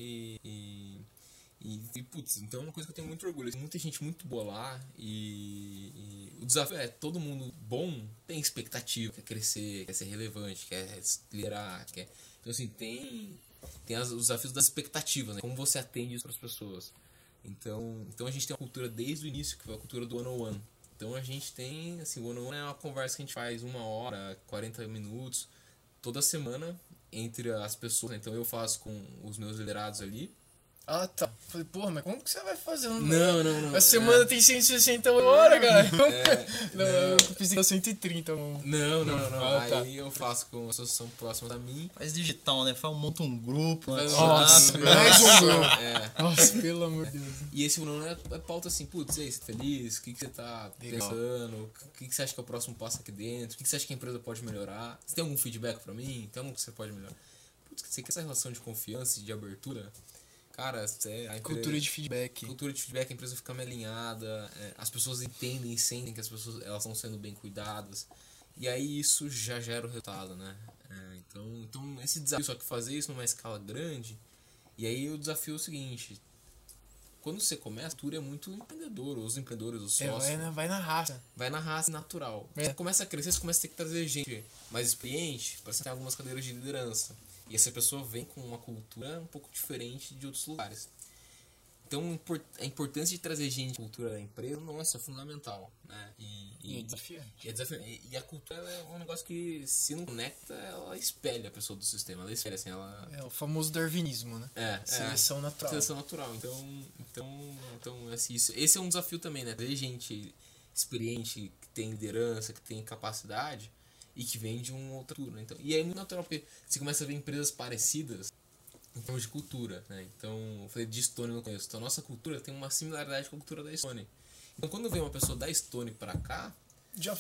e putz, então é uma coisa que eu tenho muito orgulho. Tem muita gente muito boa lá e o desafio é, todo mundo bom tem expectativa, quer crescer, quer ser relevante, quer liderar, quer... Então assim, tem os desafios das expectativas, né? Como você atende isso para as pessoas. Então a gente tem uma cultura desde o início, que foi a cultura do one-on-one. Então a gente tem, assim, o one-on-one é uma conversa que a gente faz 1 hora, 40 minutos, toda semana entre as pessoas. Então eu faço com os meus liderados ali, Ah, tá. Falei, porra, mas como que você vai fazer? Não. A semana tem 160 horas, cara. Não, eu pensei que era 130, mano. Não. Ah, tá. Aí eu faço com uma associação próxima a mim. Faz digital, né? Monta um grupo. Né? Nossa, Ah, mais um grupo. É. Nossa, pelo amor de Deus. E esse não é pauta assim, putz, e aí, você tá feliz? O que você tá pensando? O que você acha que é o próximo passo aqui dentro? O que você acha que a empresa pode melhorar? Você tem algum feedback pra mim? Tem algum que você pode melhorar? Putz, você quer essa relação de confiança e de abertura? Cara, a empresa, Cultura de feedback. a empresa fica meio alinhada, as pessoas entendem e sentem que as pessoas elas estão sendo bem cuidadas. E aí isso já gera o resultado, né? Então esse desafio, só que fazer isso numa escala grande. E aí o desafio é o seguinte: quando você começa, a cultura é muito empreendedor, os empreendedores, os sócios. Vai na raça. Vai na raça natural. Você começa a crescer, você começa a ter que trazer gente mais experiente para sentar em algumas cadeiras de liderança. E essa pessoa vem com uma cultura um pouco diferente de outros lugares. Então a importância de trazer gente de cultura da empresa, nossa, é fundamental. Né? E é desafiante. E a cultura é um negócio que, se não conecta, ela espelha a pessoa do sistema. Ela espelha, assim, ela... É o famoso darwinismo, né? Seleção natural. Seleção natural. Então assim, esse é um desafio também, né? Ter gente experiente, que tem liderança, que tem capacidade e que vem de uma outra cultura. Então, e é muito natural, porque você começa a ver empresas parecidas em termos de cultura, né? Então, eu falei de Estônia no começo. Então, a nossa cultura tem uma similaridade com a cultura da Estônia. Então, quando vem uma pessoa da Estônia pra cá... Já...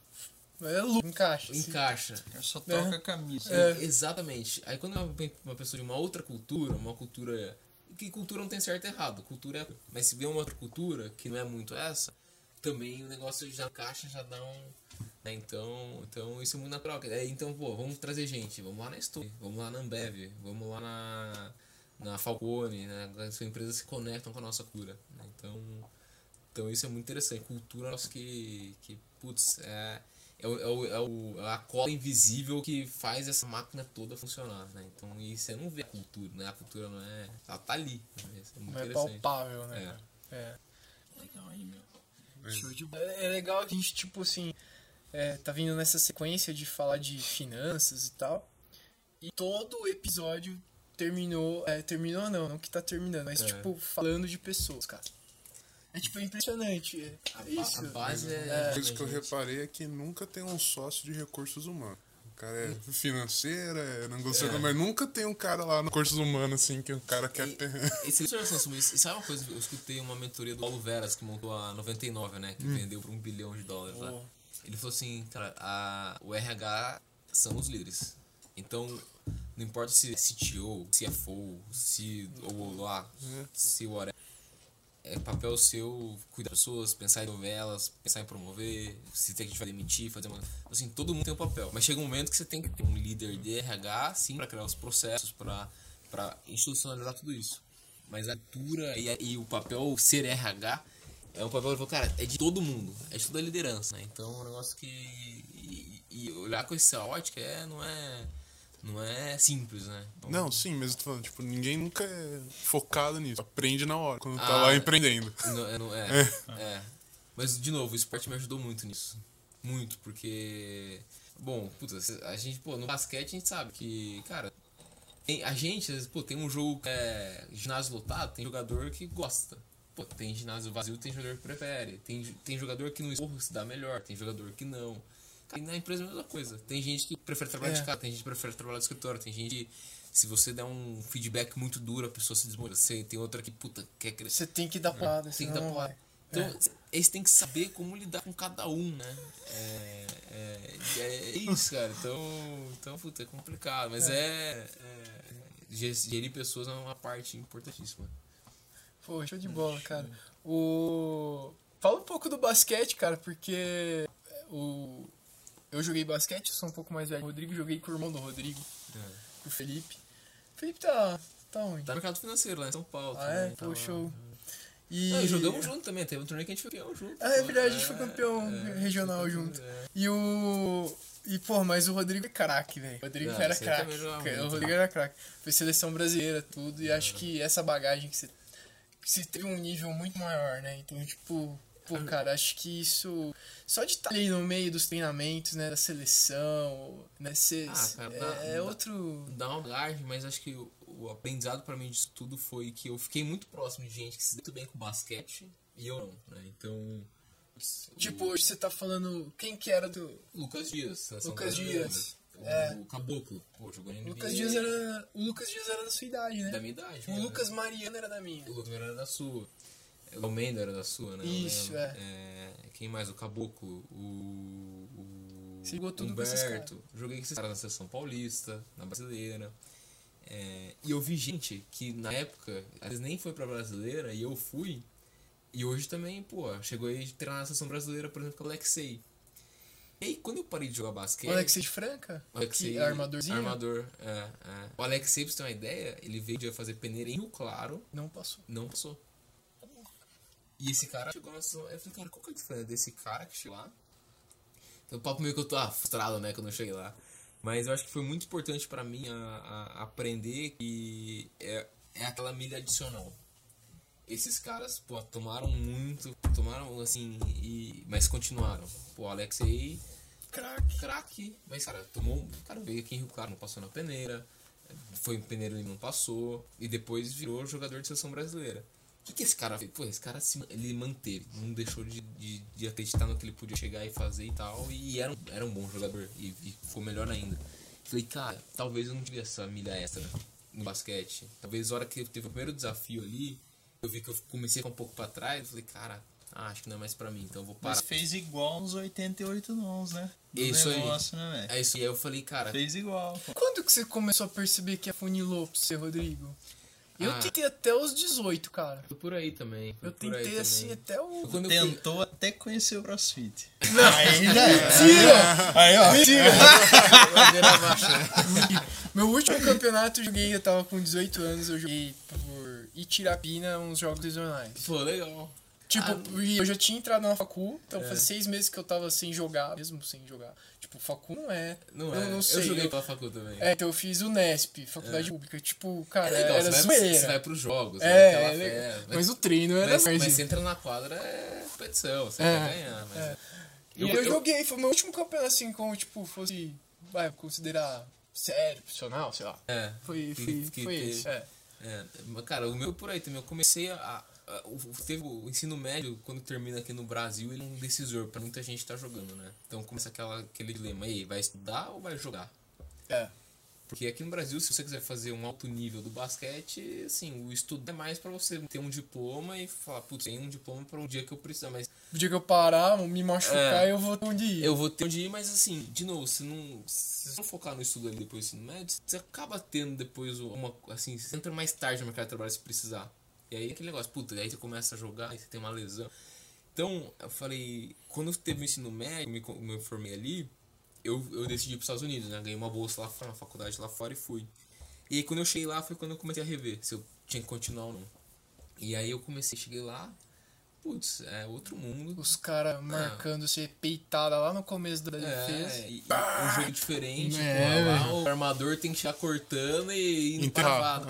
Encaixa. Só troca a camisa. Exatamente. Aí, quando vem uma pessoa de uma outra cultura, uma cultura... Que cultura não tem certo e errado. Cultura é... Mas se vem uma outra cultura, que não é muito essa, também o negócio já encaixa, já dá um... Né? Então isso é muito natural. Então, vamos trazer gente. Vamos lá na Estônia, vamos lá na Ambev, vamos lá na Falcone, né? As empresas se conectam com a nossa cultura. Né? Então isso é muito interessante. Cultura nossa que putz, é a cola invisível que faz essa máquina toda funcionar. Né? Então, e você não vê a cultura, né? A cultura não é... Ela tá ali. Né? Isso é muito interessante. Palpável, né? Legal aí, meu. É legal que a gente, tipo assim... tá vindo nessa sequência de falar de finanças e tal. E todo o episódio terminou... terminou não que tá terminando. Mas, tipo, falando de pessoas, cara. É, tipo, impressionante. Isso. A base Uma coisa que eu reparei é que nunca tem um sócio de recursos humanos. O cara é financeiro, é negociador, mas nunca tem um cara lá no recursos humanos, assim, que o cara quer ter... E sabe uma coisa? Eu escutei uma mentoria do Paulo Veras, que montou a 99, né? Que vendeu por $1 bilhão lá. Ele falou assim, cara, o RH são os líderes. Então, não importa se é CTO, CFO, se whatever. É papel seu cuidar das pessoas, pensar em novelas, pensar em promover, se tem que vai demitir, fazer uma... Assim, todo mundo tem um papel. Mas chega um momento que você tem que ter um líder de RH, sim, para criar os processos, para institucionalizar tudo isso. Mas a cultura e o papel ser RH é um papel que, cara, é de todo mundo, é de toda a liderança, né? Então é um negócio que... E olhar com essa ótica não é simples, né? Então, Não, sim, mas eu tô falando, tipo, ninguém nunca é focado nisso. Aprende na hora, quando tá lá empreendendo. Mas, de novo, o esporte me ajudou muito nisso. Muito, porque... Bom, puta, a gente, no basquete a gente sabe que, cara... A gente, tem um jogo ginásio lotado, tem jogador que gosta. Tem ginásio vazio, tem jogador que prefere. Tem jogador que no esporro se dá melhor, tem jogador que não. E na empresa é a mesma coisa. Tem gente que prefere trabalhar de casa, tem gente que prefere trabalhar no escritório, tem gente... Se você der um feedback muito duro, a pessoa se desmotiva. Você tem outra que, quer crescer. Você tem que dar porrada, tem que dar porrada. Então, eles têm que saber como lidar com cada um, né? É isso, cara. Então, é complicado. Mas gerir pessoas é uma parte importantíssima. Pô, show de bola, cara. Fala um pouco do basquete, cara, porque eu joguei basquete, eu sou um pouco mais velho. O Rodrigo, joguei com o irmão do Rodrigo, com o Felipe. O Felipe tá onde? Tá no mercado financeiro lá em São Paulo. Pô, show. E jogamos junto também, teve um torneio que a gente foi campeão junto. É verdade, a gente foi campeão regional junto. Mas o Rodrigo é craque, velho. O Rodrigo era craque. O Rodrigo era craque. Foi seleção brasileira, tudo. E acho que essa bagagem que você teve um nível muito maior, né? Então, tipo... cara, acho que isso... Só de estar ali no meio dos treinamentos, né? Da seleção, né? Cara, outro... Dá uma bagagem, mas acho que o aprendizado pra mim disso tudo foi que eu fiquei muito próximo de gente que se deu muito bem com basquete e eu não, né? Então... Tipo, hoje você tá falando... Quem que era do... Lucas Dias. Seleção Lucas brasileira. Dias. O Caboclo. Pô, jogou no NBA. O Lucas Dias era da sua idade, né? Da minha idade. O Lucas Mariano era da minha. O Lucas era da sua. O Almeida era da sua, né? Isso, Quem mais? O Caboclo. Você jogou tudo com esses caras. Joguei com esses caras na Seleção Paulista, na Brasileira. E eu vi gente que na época, às vezes nem foi pra Brasileira, e eu fui. E hoje também, pô, chegou aí de treinar na Seleção Brasileira, por exemplo, com o Alexei. E aí, quando eu parei de jogar basquete... O Alexei de Franca? O Alexei, que armadorzinho? Armador, O Alexei, pra você ter uma ideia, ele veio de fazer peneira em Rio Claro. Não passou. Não passou. E esse cara chegou na sessão... Eu falei, cara, qual que é a diferença desse cara que chegou lá? Então, o papo meio que eu tô frustrado, né, quando eu cheguei lá. Mas eu acho que foi muito importante pra mim a aprender que é aquela milha adicional. Esses caras, pô, tomaram assim, mas continuaram. Pô, Alexei, craque. Mas, cara, o cara veio aqui em Rio Claro, não passou na peneira. Foi em peneira e não passou. E depois virou jogador de seleção brasileira. O que esse cara fez? Pô, esse cara ele manteve, não deixou de acreditar no que ele podia chegar e fazer e tal. E era um bom jogador. E ficou melhor ainda. Falei, cara, talvez eu não tivesse essa milha extra no basquete. Talvez na hora que teve o primeiro desafio ali, eu vi que eu comecei a ficar um pouco pra trás. Eu falei, cara, acho que não é mais pra mim, então eu vou parar. Mas fez igual nos 88 nãos, né? Isso negócio, aí. Né, velho? É isso aí. Aí eu falei, cara... Fez igual. Pô. Quando que você começou a perceber que afunilou pra você, Rodrigo? Eu tentei até os 18, cara. Foi por aí também. Eu tentei assim até o... Quando Tentou até conhecer o CrossFit. Não, aí já é. mentira! Aí, ó. Mentira! Ladeira abaixo, né? Meu último campeonato eu joguei, eu tava com 18 anos, eu joguei por Itirapina, uns jogos regionais. Pô, legal. Tipo, eu já tinha entrado na facu, então fazia 6 meses que eu tava sem jogar, mesmo sem jogar. Tipo, facu não é. Não sei. Eu joguei pela facu também. Então eu fiz o Nesp, faculdade pública. Tipo, cara, legal, era você zoeira. vai pros jogos, É, né? legal. Mas o treino era Mas mais. você entra na quadra, é competição, você quer ganhar. Mas... E eu joguei, foi meu último campeonato assim, como tipo, fosse, considerar sério, profissional, sei lá. Foi isso. Cara, o meu por aí também, eu comecei teve o ensino médio, quando termina aqui no Brasil, ele é um decisor pra muita gente tá jogando, né? Então começa aquele dilema, aí, vai estudar ou vai jogar? Porque aqui no Brasil, se você quiser fazer um alto nível do basquete, assim, o estudo é mais pra você ter um diploma e falar, putz, tem um diploma pra um dia que eu precisar, mas... O dia que eu parar, me machucar, eu vou ter onde ir. Eu vou ter onde ir, mas assim, de novo, se você não focar no estudo ali depois do ensino médio, você acaba tendo depois você entra mais tarde no mercado de trabalho se precisar. E aí aquele negócio, puta, aí você começa a jogar, aí você tem uma lesão. Então, eu falei, quando teve o ensino médio, me formei ali, eu decidi ir pros Estados Unidos, né? Ganhei uma bolsa lá fora, uma faculdade lá fora e fui. E aí quando eu cheguei lá foi quando eu comecei a rever se eu tinha que continuar ou não. E aí eu cheguei lá, putz, é outro mundo. Os caras marcando você peitada lá no começo da defesa. Um jogo diferente, lá o armador tem que chegar cortando e indo travado.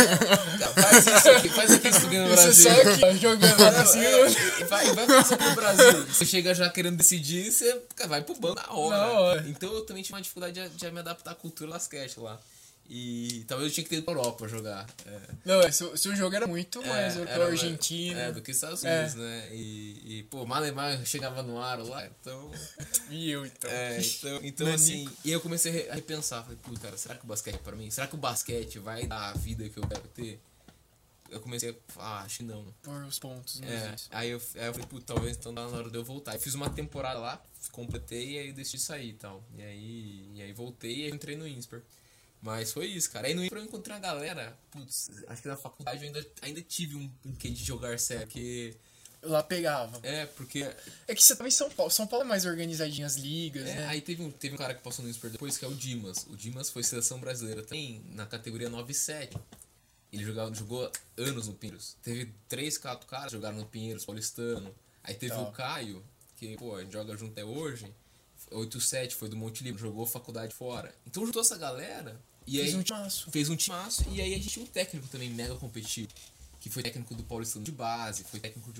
Faz aqui isso no Brasil. Você sai aqui jogando lá assim. Vai fazer isso aqui no Brasil. Você chega já querendo decidir, você vai pro banco na hora. Então eu também tive uma dificuldade de me adaptar à cultura do basquete lá. E talvez eu tinha que ter ido pra Europa jogar. Não, seu jogo era muito mais europeu, Argentina. Do que Estados Unidos, né? E pô, Malemar chegava no aro lá, então... E eu, então. Então assim... E eu comecei a repensar. Falei, pô, cara, será que o basquete é pra mim? Será que o basquete vai dar a vida que eu quero ter? Eu comecei a... acho que não. Por os pontos, Aí eu falei, pô, talvez então dá na hora de eu voltar. Eu fiz uma temporada lá, completei e aí eu decidi sair e tal. E aí voltei e aí entrei no INSPER. Mas foi isso, cara. Aí no INSPER eu encontrei uma galera. Putz, acho que na faculdade eu ainda tive um quê de jogar sério, porque... Lá pegava. Porque... É que você tava em São Paulo. São Paulo é mais organizadinho as ligas, né? Aí teve um cara que passou no INSPER depois, que é o Dimas. O Dimas foi seleção brasileira também, na categoria 9-7. Ele jogou anos no Pinheiros. Teve 4 caras que jogaram no Pinheiros, paulistano. Aí teve o Caio, que, pô, a gente joga junto até hoje. 8-7, foi do Monte Livre, jogou faculdade fora. Então juntou essa galera e aí fez um timaço. E aí a gente tinha um técnico também mega competitivo, que foi técnico do Paulistano de base, foi técnico de...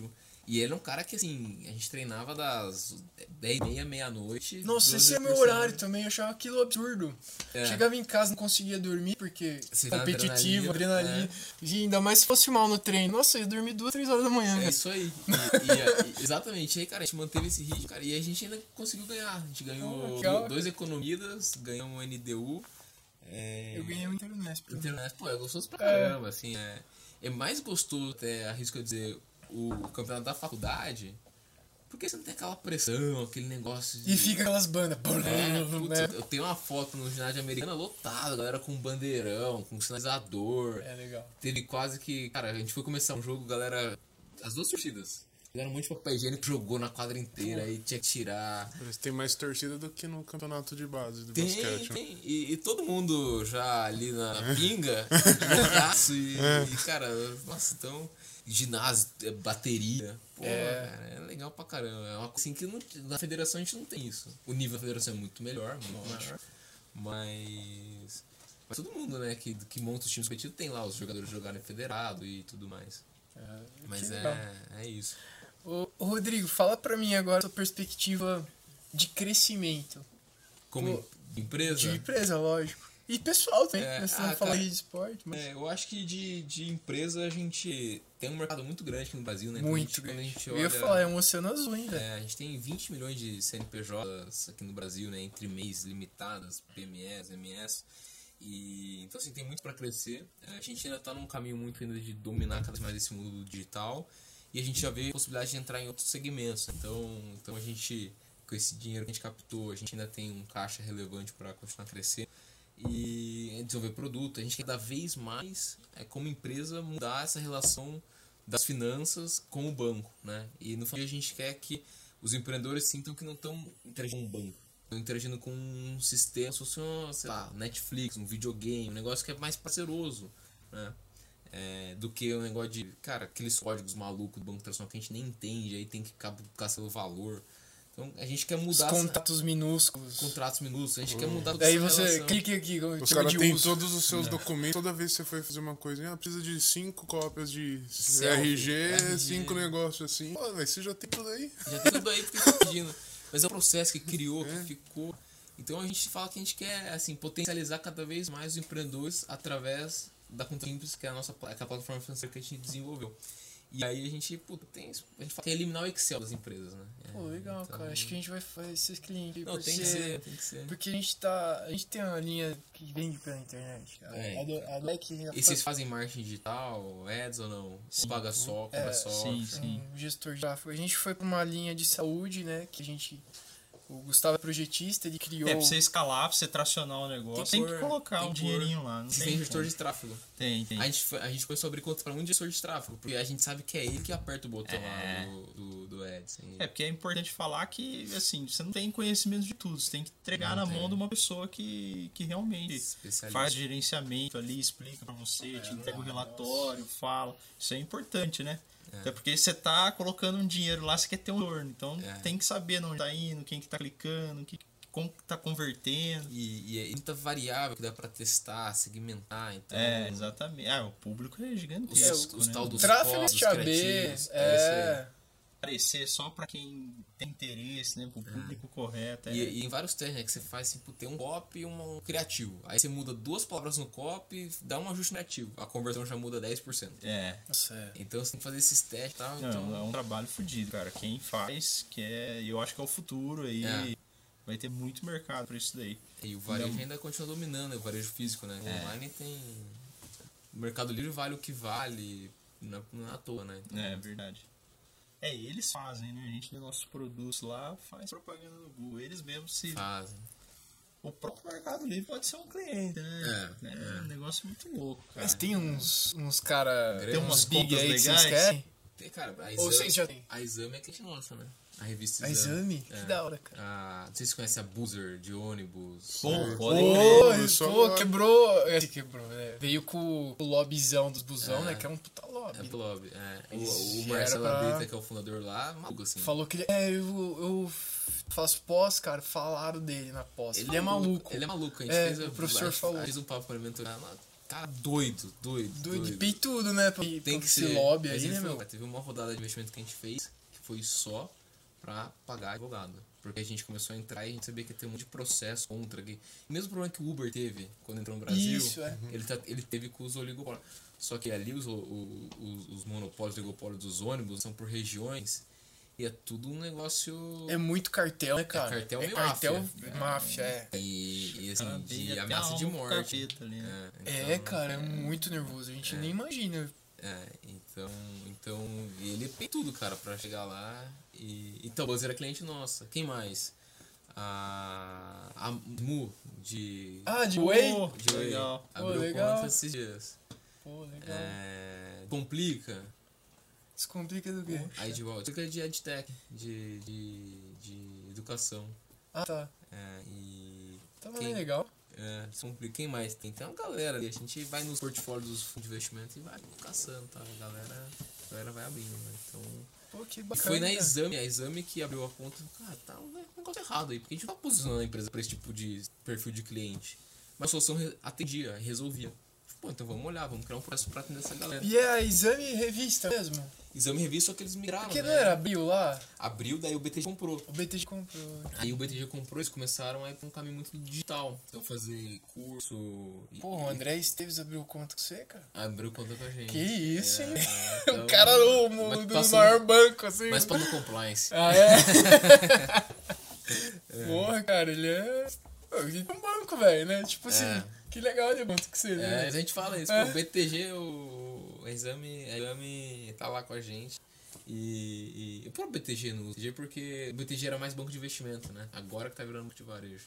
E ele é um cara que, assim, a gente treinava das 10h30, meia-noite. Nossa, esse é meu horário também, eu achava aquilo absurdo. Chegava em casa, não conseguia dormir, porque Você tá competitivo, adrenalina. E ainda mais se fosse mal no treino. Nossa, eu ia dormir 2, 3 horas da manhã. É isso aí. Exatamente. Aí, cara, a gente manteve esse ritmo, cara, e a gente ainda conseguiu ganhar. A gente ganhou 2 economidas, ganhamos um NDU. Eu ganhei um Internet. Pô, é gostoso pra caramba, assim. É mais gostoso, até arrisco a dizer, o campeonato da faculdade, porque você não tem aquela pressão, aquele negócio de... E fica aquelas bandas. Putz, eu tenho uma foto no ginásio americano lotado, a galera com bandeirão, com sinalizador. É legal. Teve quase que... Cara, a gente foi começar um jogo, galera... As 2 torcidas. Fizeram um monte de papel higiênico, jogou na quadra inteira, aí tinha que tirar. Mas tem mais torcida do que no campeonato de base do Tem, basquete. tem. E todo mundo já ali na pinga, loucaço, e, cara, nossa, então... Ginásio, bateria. Pô, cara, é legal pra caramba. É uma coisa assim que na federação a gente não tem isso. O nível da federação é muito melhor, muito maior. Mas todo mundo, né, que monta os times competitivos tem lá os jogadores jogarem federado e tudo mais. Mas é isso. Ô, Rodrigo, fala pra mim agora a sua perspectiva de crescimento. Como empresa? De empresa, lógico. E pessoal também, você não fala aí de esporte. Mas... eu acho que de empresa a gente tem um mercado muito grande aqui no Brasil, né? Muito grande. Quando a gente olha, eu ia falar, é um oceano azul ainda. A gente tem 20 milhões de CNPJs aqui no Brasil, né? Entre MEIs limitadas, PMEs, MS. E, então, assim, tem muito para crescer. A gente ainda está num caminho muito ainda de dominar cada vez mais esse mundo digital. E a gente já vê a possibilidade de entrar em outros segmentos. Então a gente, com esse dinheiro que a gente captou, a gente ainda tem um caixa relevante para continuar a crescer. E desenvolver produto. A gente quer cada vez mais, como empresa, mudar essa relação das finanças com o banco, né? E no final a gente quer que os empreendedores sintam que não estão interagindo com um banco, estão interagindo com um sistema, se fosse sei lá, Netflix, um videogame, um negócio que é mais prazeroso, né? Do que um negócio de, cara, aqueles códigos malucos do banco tradicional que a gente nem entende, aí tem que ficar seu valor. Então a gente quer mudar... Os contratos minúsculos. Contratos minúsculos, a gente quer mudar toda Daí essa você relação. clica aqui, Os caras têm todos os seus documentos. Toda vez que você foi fazer uma coisa, precisa de 5 cópias de RG, 5 negócios assim. Pô, velho, você já tem tudo aí. Já tem tudo aí que tá pedindo. Mas é o processo que criou, que ficou. Então a gente fala que a gente quer, assim, potencializar cada vez mais os empreendedores através da Conta Simples, que é a plataforma financeira que a gente desenvolveu. E aí a gente fala que é eliminar o Excel das empresas, né? Pô, legal, então, cara. Acho que a gente vai fazer esses clientes. Não, tem que ser. Porque a gente tem uma linha que vende pela internet. A Black e vocês fazem marketing digital, ads ou não? Sim. Paga só, compra só? Sim. Um gestor de tráfego. A gente foi pra uma linha de saúde, né? Que a gente... O Gustavo é projetista, ele criou... pra você escalar, pra você tracionar o negócio, tem que colocar um dinheirinho lá. Você tem gestor de tráfego. Tem. A gente começou a abrir conta pra um gestor de tráfego, porque a gente sabe que é ele que aperta o botão lá do Ads. Porque é importante falar que, assim, você não tem conhecimento de tudo, você tem que entregar na mão de uma pessoa que realmente faz gerenciamento ali, explica pra você, te entrega o relatório, fala. Isso é importante, né? Até porque você tá colocando um dinheiro lá, você quer ter um retorno. Então tem que saber onde tá indo, quem que tá clicando, como que tá convertendo. E é muita variável que dá pra testar, segmentar. Então, exatamente. O público é gigantesco. Os tal dos tráfego posts AB, criativos. Aparecer só pra quem tem interesse, né? Pro público correto. E em vários testes, né? Que você faz, tipo, tem um copy e um criativo. Aí você muda 2 palavras no copy, dá um ajuste criativo. A conversão já muda 10%. Então você tem que fazer esses testes e tal. Não, é um trabalho fodido, cara. Quem faz, eu acho que é o futuro aí. Vai ter muito mercado pra isso daí. E o varejo ainda continua dominando, o varejo físico, né? O online tem... O Mercado Livre vale o que vale, não é à toa, né? Então, é verdade. Eles fazem, né? A gente vê nossos produtos lá, faz propaganda no Google. Eles mesmos se... Fazem. O próprio Mercado Livre pode ser um cliente, né? É um negócio muito louco, cara. Mas tem uns cara... Tem umas big contas aí que legais. vocês querem? Tem, cara. Ou vocês já tem? A Exame é cliente nossa, né? A revista A Exame? Que da hora, cara. Não sei se você conhece a Boozer de ônibus. Quebrou. Veio com o lobbyzão dos busão, né? Que é um puta lobby. É pro lobby, O Marcelo Brita, que é o fundador lá, maluco assim. Falou que ele... eu faço pós, cara. Falaram dele na pós. Ele é maluco. Ele é maluco. A gente fez o professor falou. Fez um papo pra mentorar lá. Cara, doido. Peitudo, né? Tem que ser lobby aí, né, meu? Teve uma rodada de investimento que a gente fez. foi só pra pagar advogado. Porque a gente começou a entrar e a gente sabia que ia ter um monte de processo contra. O mesmo problema que o Uber teve quando entrou no Brasil, Isso, ele teve com os oligopólios. Só que ali os monopólios, oligopólios dos ônibus são por regiões e é tudo um negócio... É muito cartel, né, cara? Cartel e cartel máfia, E assim, de ameaça de morte. Ali, né? Cara, é muito nervoso. A gente nem imagina. Então ele fez tudo, cara, pra chegar lá. Então, o Buzz era cliente nossa. Quem mais? A Mu de... De Whey? De Whey. Legal. Abriu legal. conta esses dias. Legal. Complica. Descomplica do quê? Aí de volta. Complica de EdTech, de educação. Tá. Tá bem legal. Quem mais tem? Tem uma galera ali. A gente vai nos portfólios dos fundos de investimento e vai caçando, tá? A galera vai abrindo, né? Então... Pô, que bacana. Foi na Exame que abriu a conta. Cara, tá um negócio errado aí, porque a gente não tá posicionando a empresa pra esse tipo de perfil de cliente. Mas a solução atendia, resolvia. Pô, então vamos olhar, vamos criar um processo pra atender essa galera. E é a Exame Revista mesmo? Exame Revista, só que eles migraram, Porque né? não era Abril lá? Abriu, daí o BTG comprou. O BTG comprou. Aí o BTG comprou, eles começaram a ir pra um caminho muito digital. Então fazer curso... Pô, o André Esteves abriu conta com você, cara? Abriu conta com a gente. Que isso, hein? Então, o cara do maior banco, assim. Mas pra no compliance. Porra, cara, ele é... Ele é um banco, velho, né? Tipo assim, que legal de conta que você, né? A gente fala isso, o BTG, o Exame tá lá com a gente. E o próprio BTG no BTG, porque o BTG era mais banco de investimento, né? Agora que tá virando banco de varejo.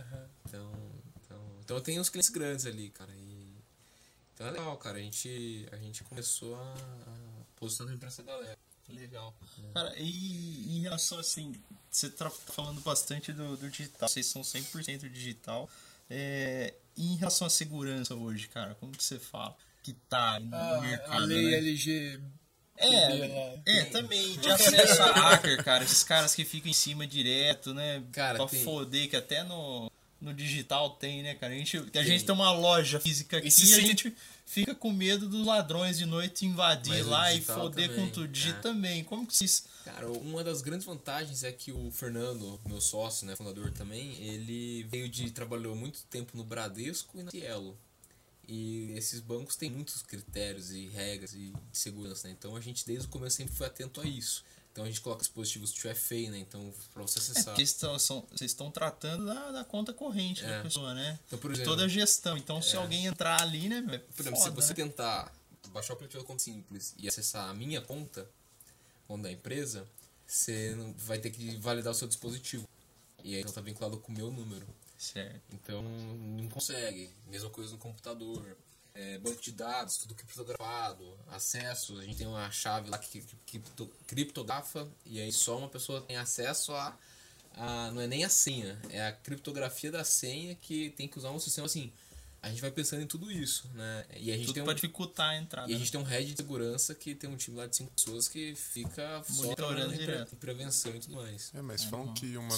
Então tem uns clientes grandes ali, cara. Então é legal, cara. A gente começou a posicionar pra essa galera. Legal. Cara, e em relação assim, você tá falando bastante do digital, vocês são 100% digital. E em relação à segurança hoje, cara, como que você fala que tá no mercado? A lei LG. Também, de acesso a hacker, cara. Esses caras que ficam em cima direto, né? Cara, pra foder, que até no digital tem, né, cara? A gente tem uma loja física aqui e a gente fica com medo dos ladrões de noite invadir lá e foder também, com tudo. Digital também. Como que vocês... Cara, uma das grandes vantagens é que o Fernando, meu sócio, né, fundador também, ele trabalhou muito tempo no Bradesco e na Cielo. E esses bancos têm muitos critérios e regras de segurança, né? Então a gente desde o começo sempre foi atento a isso. Então a gente coloca dispositivos 2FA, né? Então pra você acessar... Porque vocês estão tratando da conta corrente da pessoa, né? Então, por exemplo, toda a gestão. Então se alguém entrar ali, né? Por exemplo, se você tentar baixar o aplicativo da conta simples e acessar a minha conta da empresa, você vai ter que validar o seu dispositivo. E aí então tá vinculado com o meu número. Certo. Então não consegue. Mesma coisa no computador. Banco de dados, tudo criptografado, acesso, a gente tem uma chave lá que criptografa e aí só uma pessoa tem acesso não é nem a senha, é a criptografia da senha que tem que usar um sistema assim. A gente vai pensando em tudo isso, né? E a gente tudo pra dificultar a entrada. E a gente tem um head de segurança que tem um time lá de 5 pessoas que fica monitorando direto. Em prevenção e tudo mais. Mas falam que uma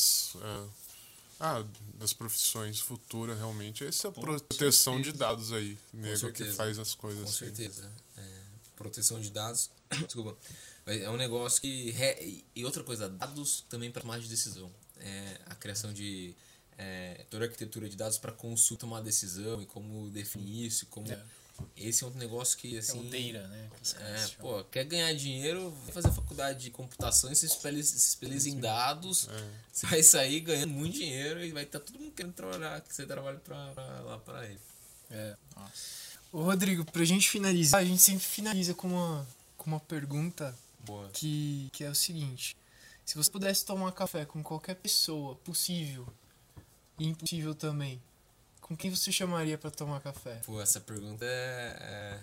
das profissões futuras realmente é essa proteção de dados aí, nego que faz as coisas com assim. Certeza. Proteção de dados, desculpa, é um negócio que... E outra coisa, dados também para tomar de decisão. A criação de toda a arquitetura de dados para consulta, tomar decisão e como definir isso, como... Esse é um negócio que, assim... É o data, né? Quer ganhar dinheiro, vai fazer faculdade de computação e se especializa em dados, você vai sair ganhando muito dinheiro e vai estar todo mundo querendo trabalhar, que você trabalha lá para ele. Ô, Rodrigo, pra gente finalizar, a gente sempre finaliza com uma pergunta que é o seguinte. Se você pudesse tomar café com qualquer pessoa, possível e impossível também, com quem você chamaria pra tomar café? Pô, essa pergunta é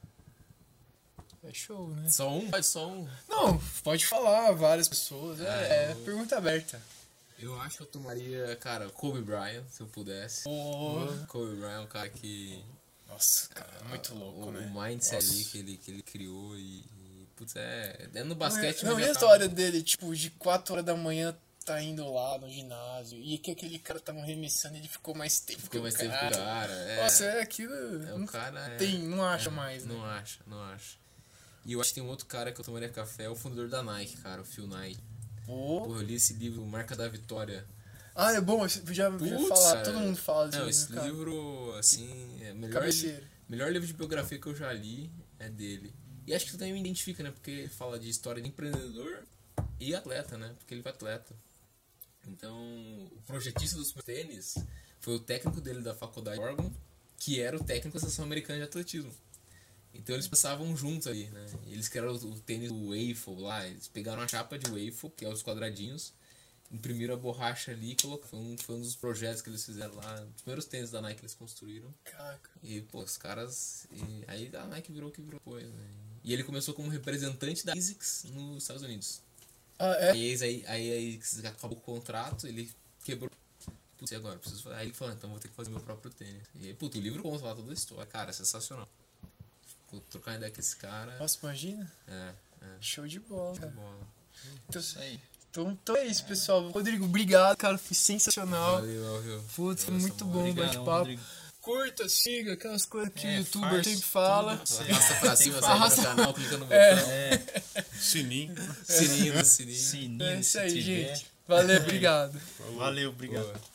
show, né? Só um? Pode só um? Não, pode falar, várias pessoas. Pergunta aberta. Eu acho que eu tomaria, cara, Kobe Bryant, se eu pudesse. Kobe Bryant é um cara que... Nossa, cara, é muito louco, né? O mindset ali que ele criou putz, no basquete... Não, e a história dele, tipo, de 4 horas da manhã tá indo lá no ginásio e que aquele cara tava arremessando e ele ficou mais tempo que o cara. Nossa, aquilo... O cara não acha mais, né? Não acha. E eu acho que tem um outro cara que eu tomaria café, é o fundador da Nike, cara, o Phil Knight. Porra, eu li esse livro, Marca da Vitória. Ah, é bom, já falar, todo mundo fala disso. Não, esse livro, assim, é melhor livro de biografia que eu já li é dele. E acho que tu também me identifica, né? Porque ele fala de história de empreendedor e atleta, né? Porque ele foi atleta. Então, o projetista dos tênis foi o técnico dele da faculdade de Oregon, que era o técnico da Associação Americana de Atletismo. Então eles passavam juntos ali, né? Eles criaram o tênis do waffle lá, eles pegaram a chapa de waffle, que é os quadradinhos, imprimiram a borracha ali e colocaram. Foi um dos projetos que eles fizeram lá, os primeiros tênis da Nike que eles construíram. Caraca. E, pô, os caras... aí a Nike virou o que virou depois, né? E ele começou como representante da ASICS nos Estados Unidos. Ah, é? Aí acabou o contrato, ele quebrou. Putz, e agora? Preciso fazer. Aí ele falou, então vou ter que fazer meu próprio tênis. E aí, puto, o livro conta lá toda a história. Cara, é sensacional. Vou trocar ideia com esse cara. Nossa, imagina? Show de bola, cara. Então, isso aí. Então é isso, pessoal. Rodrigo, obrigado, cara. Foi sensacional. Valeu. Putz, foi muito bom o bate-papo. Curta, siga, aquelas coisas que o youtuber sempre fala. Arrasta pra cima, sai do canal, clica no botão. Sininho. Sininho. É isso aí, gente. Valeu, obrigado. Valeu, obrigado.